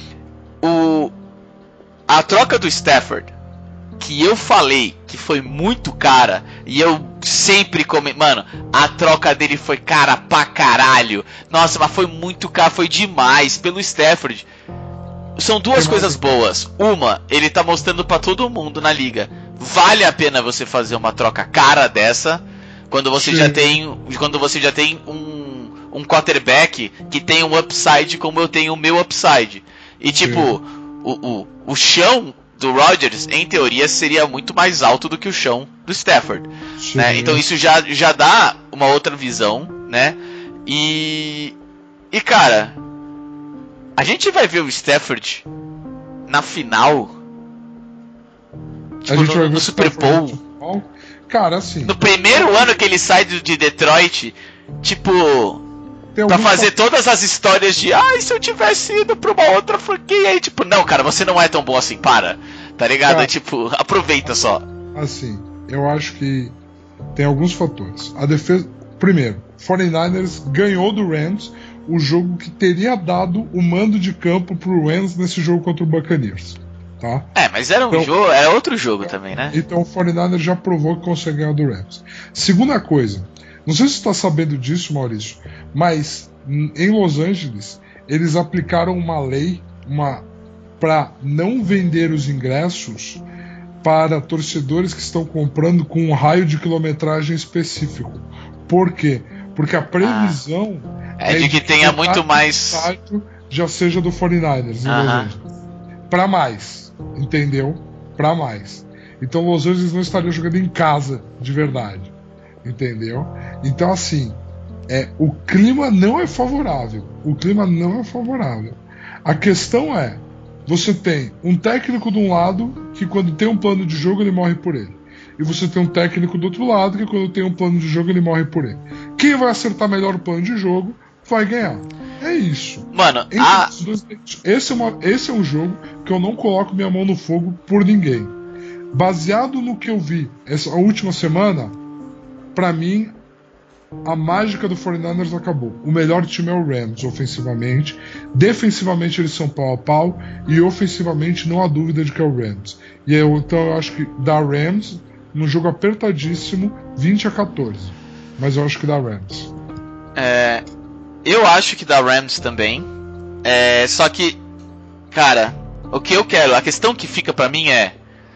O. A troca do Stafford, que eu falei que foi muito cara, e eu sempre comentei, mano, a troca dele foi cara pra caralho. Nossa, mas foi muito caro, foi demais pelo Stafford. São duas Tem coisas mais- boas. Uma, ele tá mostrando pra todo mundo na liga. Vale a pena você fazer uma troca cara dessa quando você Sim. já tem, quando você já tem um, um quarterback que tem um upside como eu tenho o meu upside. E tipo, o, o, o chão do Rodgers, em teoria, seria muito mais alto do que o chão do Stafford, sim. né? Então isso já, já dá uma outra visão, né? E, e cara, a gente vai ver o Stafford na final, A tipo, gente no, vai ver no o Super Stafford Bowl, no Super Bowl. Cara, assim. no primeiro ano que ele sai de de Detroit, tipo, tem pra alguns fazer todas as histórias de ai, se eu tivesse ido pra uma outra franquia, aí tipo, não, cara, você não é tão bom assim, para, tá ligado? Cara. É tipo, aproveita só. Assim, eu acho que tem alguns fatores. A defesa. Primeiro, quarenta e nine ers ganhou do Rams o jogo que teria dado o mando de campo pro Rams nesse jogo contra o Buccaneers. Tá? É, mas era um Então- jogo, era outro jogo também, né? Então o quarenta e nine ers já provou que consegue ganhar do Rams. Segunda coisa, não sei se você está sabendo disso, Maurício, mas n- em Los Angeles eles aplicaram uma lei uma, para não vender os ingressos para torcedores que estão comprando com um raio de quilometragem específico. Por quê? Porque a previsão É de que tenha muito metade do mais. estádio já seja do quarenta e nine ers em Los Aham. Angeles. Pra mais, entendeu? Pra mais. Então Los Angeles não estaria jogando em casa de verdade, entendeu? Então assim, é, o clima não é favorável. O clima não é favorável. A questão é, você tem um técnico de um lado que quando tem um plano de jogo ele morre por ele. E você tem um técnico do outro lado que quando tem um plano de jogo ele morre por ele. Quem vai acertar melhor o plano de jogo vai ganhar. É isso. Mano, Entre a. os dois, esse, é uma, esse é um jogo que eu não coloco minha mão no fogo por ninguém. Baseado no que eu vi essa última semana, pra mim, a mágica do quarenta e nine ers acabou. O melhor time é o Rams, ofensivamente. Defensivamente eles são pau a pau. E ofensivamente não há dúvida de que é o Rams. E eu, então eu acho que dá Rams num jogo apertadíssimo, vinte a quatorze. Mas eu acho que dá Rams. É, eu acho que dá Rams também. É, só que, cara, o que eu quero, a questão que fica pra mim é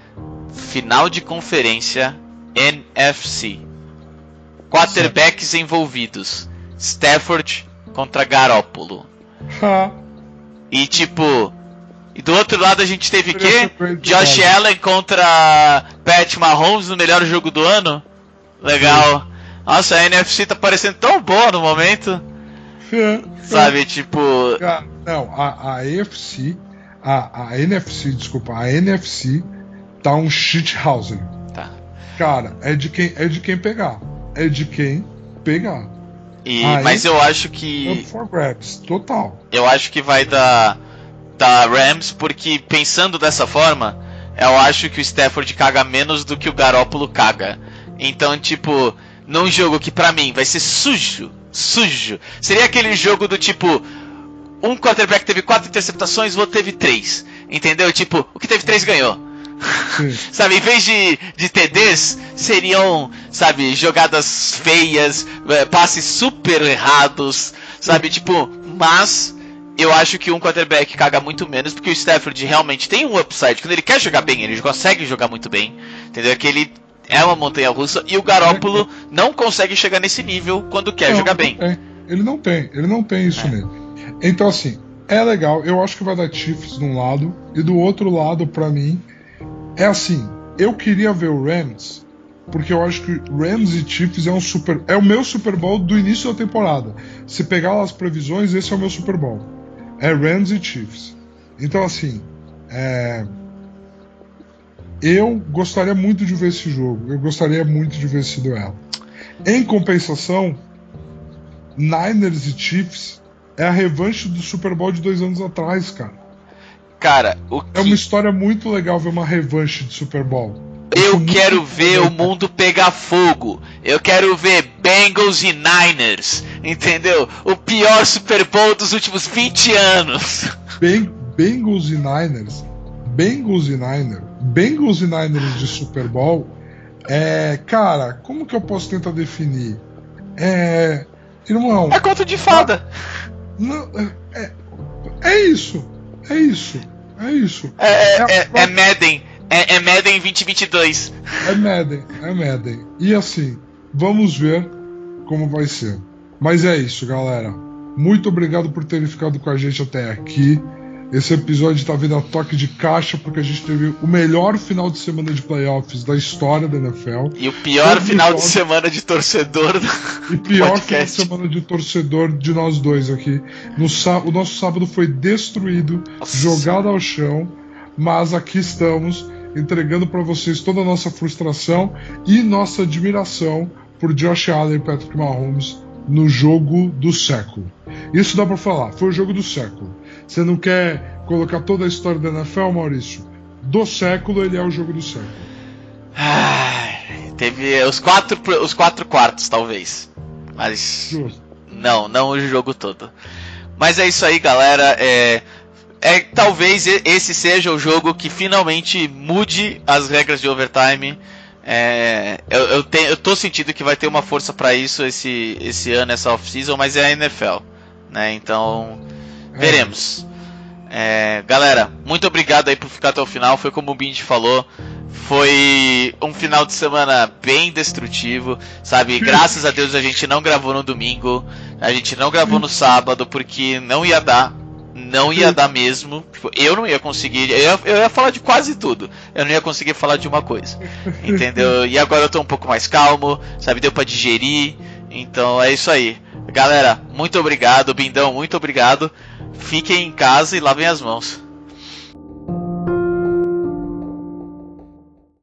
final de conferência N F C. Quarterbacks envolvidos. Stafford contra Garoppolo. Ha! E tipo, e do outro lado a gente teve o quê? Great Josh Ball. Allen contra Pat Mahomes no melhor jogo do ano. Legal. Nossa, a N F C tá parecendo tão boa no momento. É, Sabe, é. tipo. Cara, não, a, a A F C, a, a N F C, desculpa, a N F C tá um shithousery. Tá. Cara, é de quem, é de quem pegar. É de quem pegar. E, Aí, mas eu acho Up que. for grabs, total. Eu acho que vai dar. Da Rams, porque pensando dessa forma, eu acho que o Stafford caga menos do que o Garoppolo caga. Então, tipo, num jogo que pra mim vai ser sujo, sujo, seria aquele jogo do tipo, um quarterback teve quatro interceptações, o outro teve três, entendeu? Tipo, o que teve três ganhou. Sabe, em vez de, de T Ds, seriam, sabe, jogadas feias, passes super errados, sabe, tipo, mas eu acho que um quarterback caga muito menos, porque o Stafford realmente tem um upside. Quando ele quer jogar bem, ele consegue jogar muito bem, entendeu? É que ele é uma montanha russa, e o Garoppolo não consegue chegar nesse nível quando quer não, jogar bem. É. Ele não tem, ele não tem isso É. nele. Então assim, é legal, eu acho que vai dar Chiefs de um lado, e do outro lado, pra mim, é assim, eu queria ver o Rams, porque eu acho que Rams e Chiefs é um super, é o meu Super Bowl do início da temporada. Se pegar lá as previsões, esse é o meu Super Bowl. É Rams e Chiefs. Então assim, é... eu gostaria muito de ver esse jogo. Eu gostaria muito de ver esse duelo. Em compensação, Niners e Chiefs é a revanche do Super Bowl de dois anos atrás, cara. Cara, o que... É uma história muito legal ver uma revanche de Super Bowl. Eu quero ver o mundo pegar fogo. Eu quero ver Bengals e Niners. Entendeu? O pior Super Bowl dos últimos vinte anos. Ben- Bengals e Niners. Bengals e Niners. Bengals e Niners de Super Bowl. É. Cara, como que eu posso tentar definir? É. Irmão. É conto de fada. Não, é, é isso. É isso. É isso. É, é, é, a- é Madden. É, é Madden vinte e vinte e dois. É Madden, é Madden. E assim, vamos ver como vai ser. Mas é isso, galera. Muito obrigado por terem ficado com a gente até aqui. Esse episódio tá vindo a toque de caixa, porque a gente teve o melhor final de semana de playoffs da história da N F L. E o pior Todo final de episódio- semana de torcedor do E pior final de podcast. semana de torcedor de nós dois aqui. No sá- o nosso sábado foi destruído, Nossa. jogado ao chão, mas aqui estamos entregando para vocês toda a nossa frustração e nossa admiração por Josh Allen e Patrick Mahomes no jogo do século. Isso dá para falar, foi o jogo do século. Você não quer colocar toda a história da N F L, Maurício? Do século, ele é o jogo do século. Ai, teve os quatro, os quatro quartos, talvez. Mas Justo. não, não o jogo todo. Mas é isso aí, galera. É, é, talvez e- esse seja o jogo que finalmente mude as regras de overtime. É, eu, eu, tenho, eu tô sentindo que vai ter uma força pra isso esse, esse ano, essa off-season, mas é a N F L, né? Então, veremos. É, galera, muito obrigado aí por ficar até o final. Foi como o Bindi falou, foi um final de semana bem destrutivo, sabe? Graças a Deus a gente não gravou no domingo, a gente não gravou no sábado, porque não ia dar, não ia dar mesmo. Tipo, eu não ia conseguir, eu ia, eu ia falar de quase tudo, eu não ia conseguir falar de uma coisa, entendeu? E agora eu tô um pouco mais calmo, sabe? Deu pra digerir, então é isso aí. Galera, muito obrigado, Bindão, muito obrigado. Fiquem em casa e lavem as mãos.